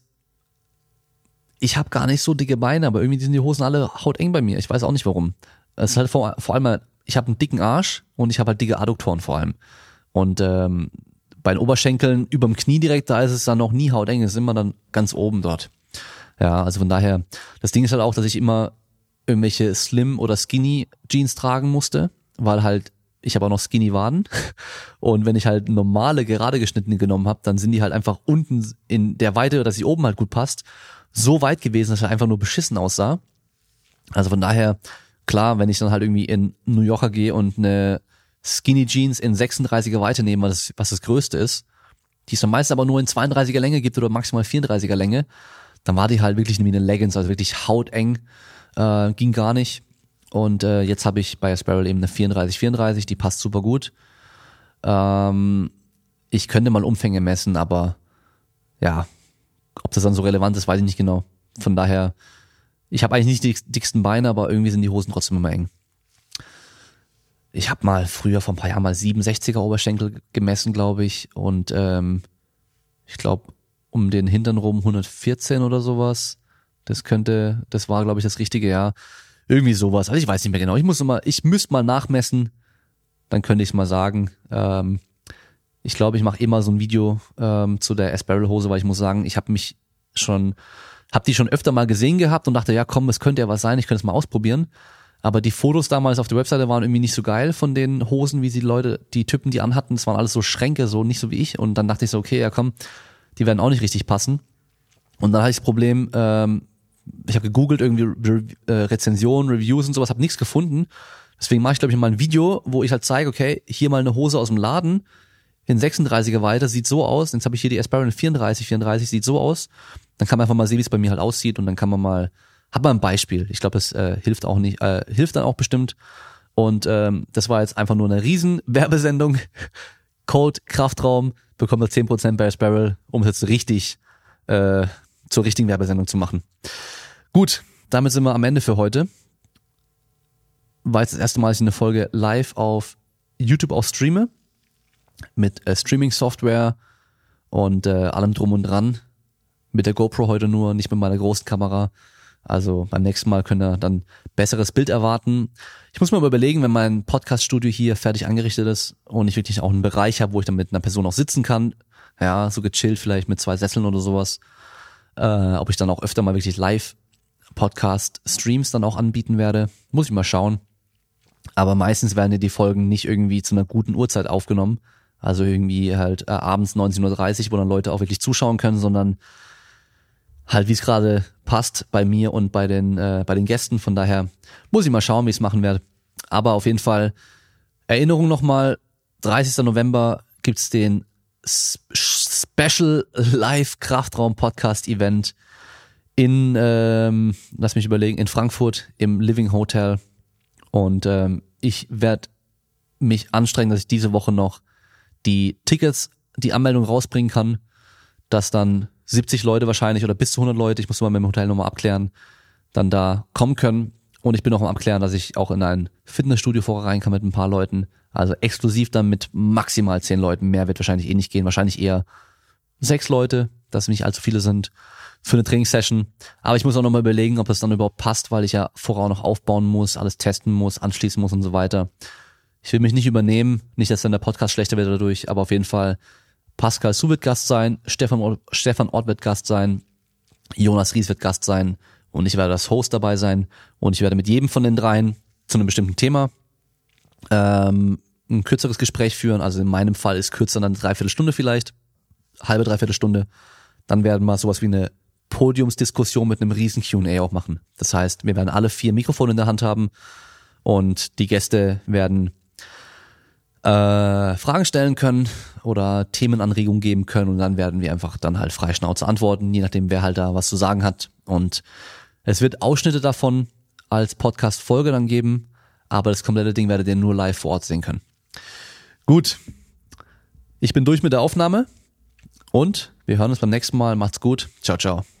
ich habe gar nicht so dicke Beine, aber irgendwie sind die Hosen alle hauteng bei mir. Ich weiß auch nicht warum. Es ist halt vor allem, ich habe einen dicken Arsch und ich habe halt dicke Adduktoren vor allem. Und bei den Oberschenkeln überm Knie direkt, da ist es dann noch nie hauteng, es ist immer dann ganz oben dort. Ja, also von daher, das Ding ist halt auch, dass ich immer irgendwelche Slim- oder Skinny-Jeans tragen musste, weil halt ich habe auch noch Skinny-Waden und wenn ich halt normale, gerade geschnittene genommen habe, dann sind die halt einfach unten in der Weite, dass sie oben halt gut passt, so weit gewesen, dass er einfach nur beschissen aussah. Also von daher, klar, wenn ich dann halt irgendwie in New Yorker gehe und eine Skinny Jeans in 36er Weite nehme, was das Größte ist, die es dann meistens aber nur in 32er Länge gibt oder maximal 34er Länge, dann war die halt wirklich wie eine Leggings, also wirklich hauteng, ging gar nicht. Und jetzt habe ich bei Asparrel eben eine 34, die passt super gut. Ich könnte mal Umfänge messen, aber ja, ob das dann so relevant ist, weiß ich nicht genau. Von daher Ich habe eigentlich nicht die dicksten Beine, aber irgendwie sind die Hosen trotzdem immer eng. Ich habe mal früher vor ein paar Jahren mal 67er Oberschenkel gemessen, glaube ich. Und ich glaube um den Hintern rum 114 oder sowas. Das war glaube ich das richtige Jahr. Irgendwie sowas. Also ich weiß nicht mehr genau. Ich müsste mal nachmessen. Dann könnte ich es mal sagen. Ich glaube, ich mache immer so ein Video zu der Asparrel-Hose, weil ich muss sagen, ich habe die schon öfter mal gesehen gehabt und dachte, ja komm, es könnte ja was sein, ich könnte es mal ausprobieren. Aber die Fotos damals auf der Webseite waren irgendwie nicht so geil von den Hosen, wie die Typen, die anhatten. Das waren alles so Schränke, so nicht so wie ich. Und dann dachte ich so, okay, ja komm, die werden auch nicht richtig passen. Und dann hatte ich das Problem, ich habe gegoogelt, irgendwie Rezensionen, Reviews und sowas, habe nichts gefunden. Deswegen mache ich, glaube ich, mal ein Video, wo ich halt zeige, okay, hier mal eine Hose aus dem Laden in 36er Weite, sieht so aus. Jetzt habe ich hier die Asparrel in 34 sieht so aus. Dann kann man einfach mal sehen, wie es bei mir halt aussieht und dann kann man mal, hat man ein Beispiel. Ich glaube, das hilft dann auch bestimmt. Und das war jetzt einfach nur eine riesen Werbesendung. Code Kraftraum, bekommt ihr 10% bei Asparrel, um es jetzt richtig zur richtigen Werbesendung zu machen. Gut, damit sind wir am Ende für heute. War jetzt das erste Mal, dass ich eine Folge live auf YouTube auch streame. Mit Streaming-Software und allem drum und dran. Mit der GoPro heute nur, nicht mit meiner großen Kamera. Also beim nächsten Mal könnt ihr dann besseres Bild erwarten. Ich muss mir aber überlegen, wenn mein Podcast-Studio hier fertig angerichtet ist und ich wirklich auch einen Bereich habe, wo ich dann mit einer Person auch sitzen kann, ja, so gechillt vielleicht mit 2 Sesseln oder sowas, ob ich dann auch öfter mal wirklich Live-Podcast-Streams dann auch anbieten werde. Muss ich mal schauen. Aber meistens werden die Folgen nicht irgendwie zu einer guten Uhrzeit aufgenommen. Also irgendwie halt abends 19:30 Uhr, wo dann Leute auch wirklich zuschauen können, sondern halt wie es gerade passt bei mir und bei den Gästen. Von daher muss ich mal schauen, wie ich es machen werde. Aber auf jeden Fall Erinnerung nochmal, 30. November gibt's den Special Live Kraftraum Podcast Event in, lass mich überlegen, in Frankfurt im Living Hotel. Und ich werde mich anstrengen, dass ich diese Woche noch die Tickets, die Anmeldung rausbringen kann, dass dann 70 Leute wahrscheinlich oder bis zu 100 Leute, ich muss mal mit dem Hotel nochmal abklären, dann da kommen können. Und ich bin auch am Abklären, dass ich auch in ein Fitnessstudio vorher rein kann mit ein paar Leuten. Also exklusiv dann mit maximal 10 Leuten. Mehr wird wahrscheinlich eh nicht gehen. Wahrscheinlich eher 6 Leute, dass nicht allzu viele sind für eine Trainingssession. Aber ich muss auch nochmal überlegen, ob das dann überhaupt passt, weil ich ja vorher auch noch aufbauen muss, alles testen muss, anschließen muss und so weiter. Ich will mich nicht übernehmen, nicht, dass dann der Podcast schlechter wird dadurch, aber auf jeden Fall Pascal Su wird Gast sein, Stefan Ort wird Gast sein, Jonas Ries wird Gast sein und ich werde als Host dabei sein und ich werde mit jedem von den dreien zu einem bestimmten Thema ein kürzeres Gespräch führen. Also in meinem Fall ist kürzer dann 3/4 Stunde vielleicht, halbe, 3/4 Stunde. Dann werden wir sowas wie eine Podiumsdiskussion mit einem riesen Q&A auch machen. Das heißt, wir werden alle 4 Mikrofone in der Hand haben und die Gäste werden Fragen stellen können oder Themenanregungen geben können und dann werden wir einfach dann halt frei Schnauze antworten, je nachdem wer halt da was zu sagen hat. Und es wird Ausschnitte davon als Podcast-Folge dann geben, aber das komplette Ding werdet ihr nur live vor Ort sehen können. Gut, ich bin durch mit der Aufnahme und wir hören uns beim nächsten Mal. Macht's gut. Ciao, ciao.